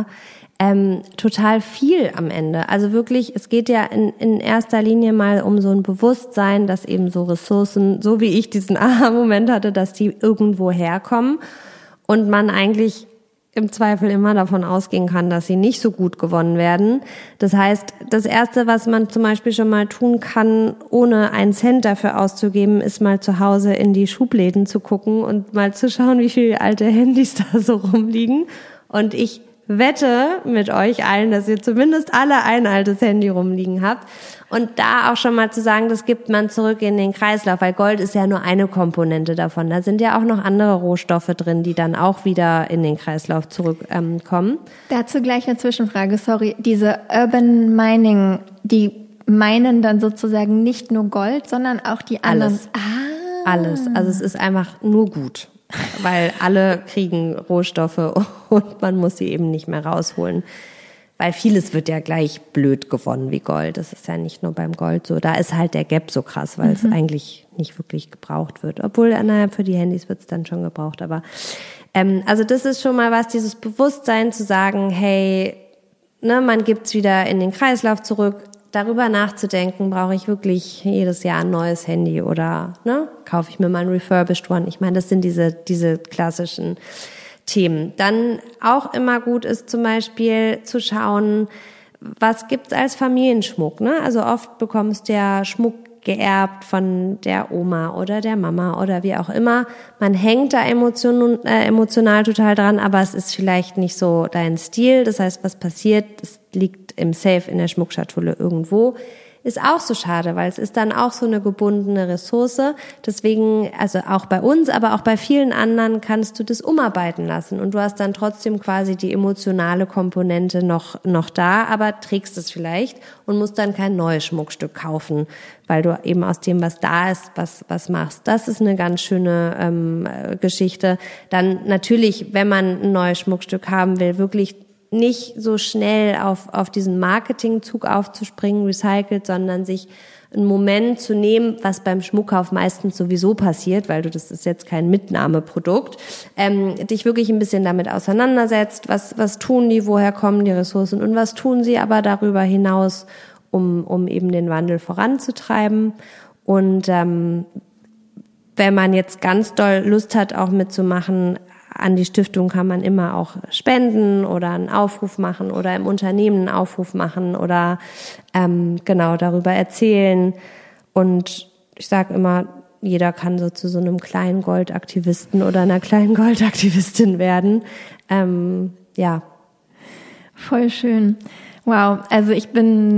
total viel am Ende. Also wirklich, es geht ja in erster Linie mal um so ein Bewusstsein, dass eben so Ressourcen, so wie ich diesen Aha-Moment hatte, dass die irgendwo herkommen und man eigentlich im Zweifel immer davon ausgehen kann, dass sie nicht so gut gewonnen werden. Das heißt, das Erste, was man zum Beispiel schon mal tun kann, ohne einen Cent dafür auszugeben, ist mal zu Hause in die Schubläden zu gucken und mal zu schauen, wie viele alte Handys da so rumliegen. Und ich wette mit euch allen, dass ihr zumindest alle ein altes Handy rumliegen habt. Und da auch schon mal zu sagen, das gibt man zurück in den Kreislauf, weil Gold ist ja nur eine Komponente davon. Da sind ja auch noch andere Rohstoffe drin, die dann auch wieder in den Kreislauf zurückkommen. Dazu gleich eine Zwischenfrage, sorry. Diese Urban Mining, die meinen dann sozusagen nicht nur Gold, sondern auch die anderen. Alles. Alles. Also es ist einfach nur gut, weil alle kriegen Rohstoffe und man muss sie eben nicht mehr rausholen. Weil vieles wird ja gleich blöd gewonnen wie Gold. Das ist ja nicht nur beim Gold so. Da ist halt der Gap so krass, weil es eigentlich nicht wirklich gebraucht wird. Obwohl, naja, für die Handys wird es dann schon gebraucht. Aber also das ist schon mal was, dieses Bewusstsein zu sagen, hey, ne, man gibt's wieder in den Kreislauf zurück. Darüber nachzudenken, brauche ich wirklich jedes Jahr ein neues Handy oder ne, kaufe ich mir mal ein refurbished one. Ich meine, das sind diese klassischen Themen. Dann auch immer gut ist zum Beispiel zu schauen, was gibt's als Familienschmuck, ne? Also oft bekommst du ja Schmuck geerbt von der Oma oder der Mama oder wie auch immer. Man hängt da emotional total dran, aber es ist vielleicht nicht so dein Stil. Das heißt, was passiert, es liegt im Safe in der Schmuckschatulle irgendwo. Ist auch so schade, weil es ist dann auch so eine gebundene Ressource. Deswegen, also auch bei uns, aber auch bei vielen anderen kannst du das umarbeiten lassen und du hast dann trotzdem quasi die emotionale Komponente noch da, aber trägst es vielleicht und musst dann kein neues Schmuckstück kaufen, weil du eben aus dem, was da ist, was machst. Das ist eine ganz schöne Geschichte. Dann natürlich, wenn man ein neues Schmuckstück haben will, wirklich nicht so schnell auf diesen Marketingzug aufzuspringen, recycelt, sondern sich einen Moment zu nehmen, was beim Schmuckkauf meistens sowieso passiert, weil das ist jetzt kein Mitnahmeprodukt, dich wirklich ein bisschen damit auseinandersetzt, was tun die, woher kommen die Ressourcen und was tun sie aber darüber hinaus, um eben den Wandel voranzutreiben. Und wenn man jetzt ganz doll Lust hat, auch mitzumachen, an die Stiftung kann man immer auch spenden oder einen Aufruf machen oder im Unternehmen einen Aufruf machen oder genau darüber erzählen. Und ich sage immer, jeder kann so zu so einem kleinen Goldaktivisten oder einer kleinen Goldaktivistin werden. Ja. Voll schön. Wow, also ich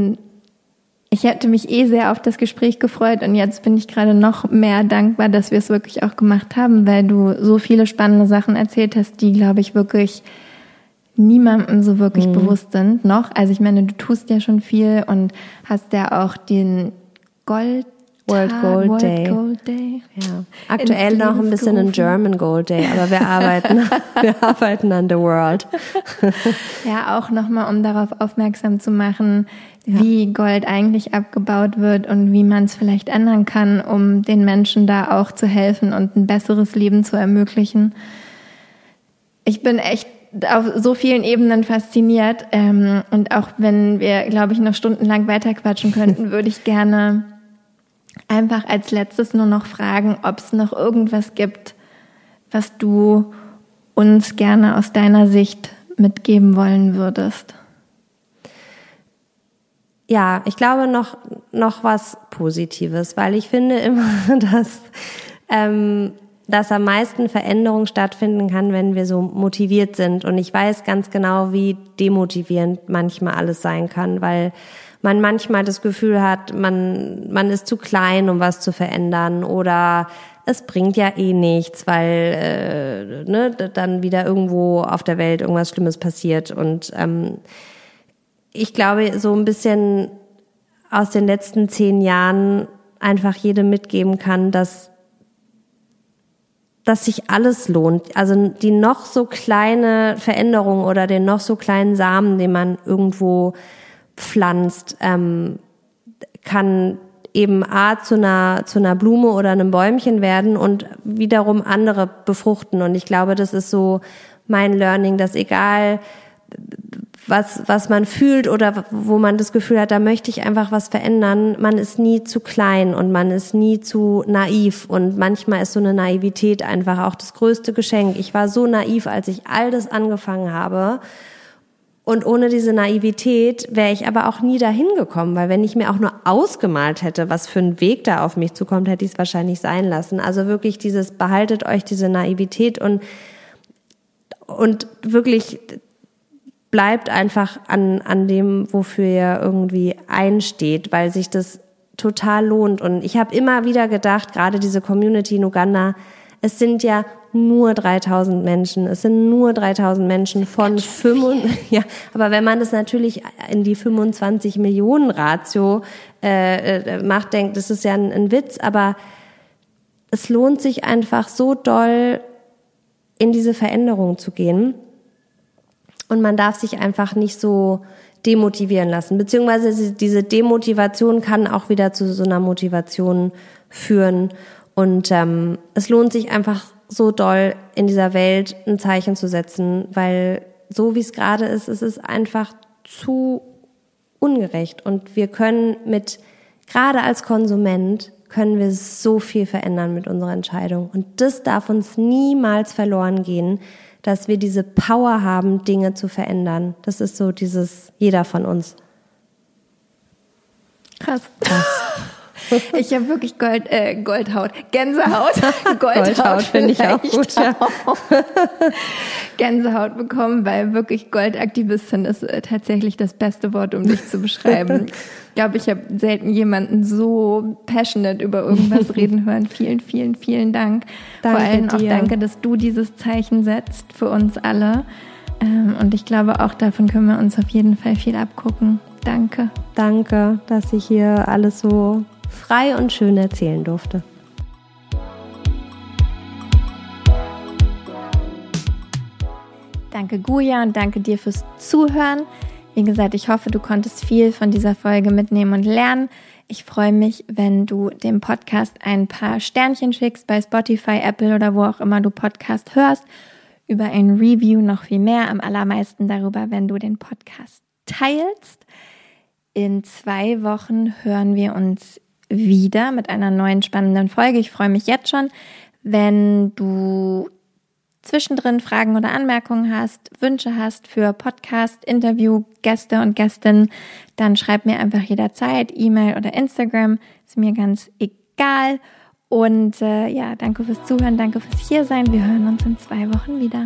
hätte mich sehr auf das Gespräch gefreut und jetzt bin ich gerade noch mehr dankbar, dass wir es wirklich auch gemacht haben, weil du so viele spannende Sachen erzählt hast, die, glaube ich, wirklich niemandem so wirklich bewusst sind noch. Also ich meine, du tust ja schon viel und hast ja auch den World Gold Day. Ja. Aktuell noch ein bisschen ein German Gold Day, aber wir arbeiten an the world. Ja, auch nochmal, um darauf aufmerksam zu machen, wie Gold eigentlich abgebaut wird und wie man es vielleicht ändern kann, um den Menschen da auch zu helfen und ein besseres Leben zu ermöglichen. Ich bin echt auf so vielen Ebenen fasziniert und auch wenn wir, glaube ich, noch stundenlang weiterquatschen könnten, würde ich gerne einfach als letztes nur noch fragen, ob es noch irgendwas gibt, was du uns gerne aus deiner Sicht mitgeben wollen würdest. Ja, ich glaube noch was Positives, weil ich finde immer, dass am meisten Veränderung stattfinden kann, wenn wir so motiviert sind. Und ich weiß ganz genau, wie demotivierend manchmal alles sein kann, weil man manchmal das Gefühl hat, man ist zu klein, um was zu verändern oder es bringt ja eh nichts, weil dann wieder irgendwo auf der Welt irgendwas Schlimmes passiert. Und ich glaube, so ein bisschen aus den letzten 10 Jahren einfach jedem mitgeben kann, dass sich alles lohnt. Also die noch so kleine Veränderung oder den noch so kleinen Samen, den man irgendwo pflanzt, kann eben zu einer Blume oder einem Bäumchen werden und wiederum andere befruchten. Und ich glaube, das ist so mein Learning, dass egal was man fühlt oder wo man das Gefühl hat, da möchte ich einfach was verändern, man ist nie zu klein und man ist nie zu naiv und manchmal ist so eine Naivität einfach auch das größte Geschenk. Ich war so naiv, als ich all das angefangen habe und ohne diese Naivität wäre ich aber auch nie dahin gekommen, weil wenn ich mir auch nur ausgemalt hätte, was für ein Weg da auf mich zukommt, hätte ich es wahrscheinlich sein lassen. Also wirklich behaltet euch diese Naivität und wirklich bleibt einfach an dem, wofür ihr irgendwie einsteht, weil sich das total lohnt. Und ich habe immer wieder gedacht, gerade diese Community in Uganda, es sind ja nur 3.000 Menschen. Es sind nur 3.000 Menschen von 5. Ja, aber wenn man das natürlich in die 25 Millionen Ratio macht, denkt, das ist ja ein Witz. Aber es lohnt sich einfach so doll, in diese Veränderung zu gehen. Und man darf sich einfach nicht so demotivieren lassen. Beziehungsweise diese Demotivation kann auch wieder zu so einer Motivation führen. Und es lohnt sich einfach so doll, in dieser Welt ein Zeichen zu setzen, weil so wie es gerade ist, es ist einfach zu ungerecht. Und wir können gerade als Konsument, können wir so viel verändern mit unserer Entscheidung. Und das darf uns niemals verloren gehen, dass wir diese Power haben, Dinge zu verändern. Das ist so jeder von uns. Krass. Ich habe wirklich Goldhaut, Gänsehaut. Goldhaut finde ich auch gut. Ja. Gänsehaut bekommen, weil wirklich Goldaktivistin ist tatsächlich das beste Wort, um dich zu beschreiben. Ich glaube, ich habe selten jemanden so passionate über irgendwas reden hören. Vielen, vielen, vielen Dank. Danke Vor allem dir. auch danke, dass du dieses Zeichen setzt für uns alle. Und ich glaube, auch davon können wir uns auf jeden Fall viel abgucken. Danke. Danke, dass ich hier alles so frei und schön erzählen durfte. Danke, Guja, und danke dir fürs Zuhören. Wie gesagt, ich hoffe, du konntest viel von dieser Folge mitnehmen und lernen. Ich freue mich, wenn du dem Podcast ein paar Sternchen schickst bei Spotify, Apple oder wo auch immer du Podcast hörst. Über ein Review noch viel mehr. Am allermeisten darüber, wenn du den Podcast teilst. In 2 Wochen hören wir uns wieder mit einer neuen spannenden Folge. Ich freue mich jetzt schon, wenn du zwischendrin Fragen oder Anmerkungen hast, Wünsche hast für Podcast, Interview, Gäste und Gästinnen, dann schreib mir einfach jederzeit, E-Mail oder Instagram, ist mir ganz egal. Und danke fürs Zuhören, danke fürs Hiersein. Wir hören uns in 2 Wochen wieder.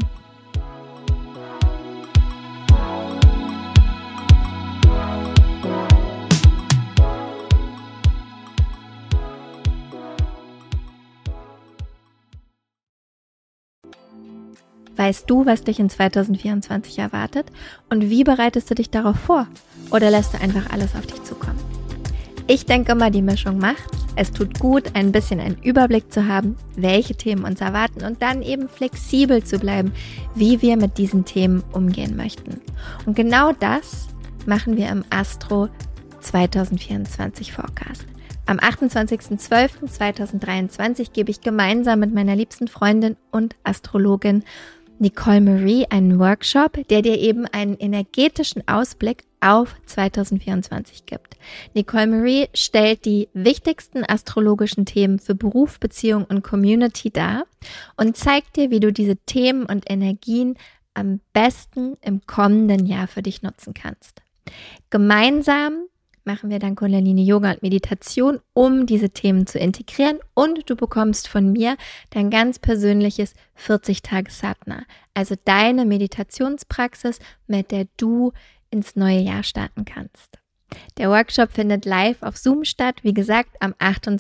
Weißt du, was dich in 2024 erwartet und wie bereitest du dich darauf vor? Oder lässt du einfach alles auf dich zukommen? Ich denke immer, die Mischung macht's. Es tut gut, ein bisschen einen Überblick zu haben, welche Themen uns erwarten und dann eben flexibel zu bleiben, wie wir mit diesen Themen umgehen möchten. Und genau das machen wir im Astro 2024 Forecast. Am 28.12.2023 gebe ich gemeinsam mit meiner liebsten Freundin und Astrologin Nicole Marie einen Workshop, der dir eben einen energetischen Ausblick auf 2024 gibt. Nicole Marie stellt die wichtigsten astrologischen Themen für Beruf, Beziehung und Community dar und zeigt dir, wie du diese Themen und Energien am besten im kommenden Jahr für dich nutzen kannst. Gemeinsam machen wir dann Kundalini Yoga und Meditation, um diese Themen zu integrieren, und du bekommst von mir dein ganz persönliches 40-Tage-Sadhana, also deine Meditationspraxis, mit der du ins neue Jahr starten kannst. Der Workshop findet live auf Zoom statt, wie gesagt, am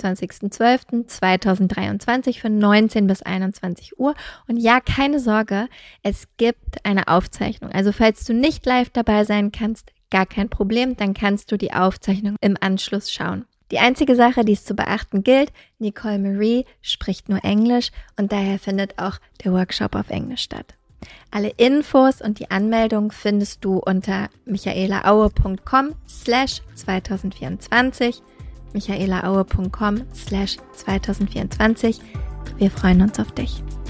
28.12.2023 von 19 bis 21 Uhr. Und ja, keine Sorge, es gibt eine Aufzeichnung. Also falls du nicht live dabei sein kannst, gar kein Problem, dann kannst du die Aufzeichnung im Anschluss schauen. Die einzige Sache, die es zu beachten gilt, Nicole Marie spricht nur Englisch und daher findet auch der Workshop auf Englisch statt. Alle Infos und die Anmeldung findest du unter michaelaaue.com/2024. michaelaaue.com/2024. Wir freuen uns auf dich.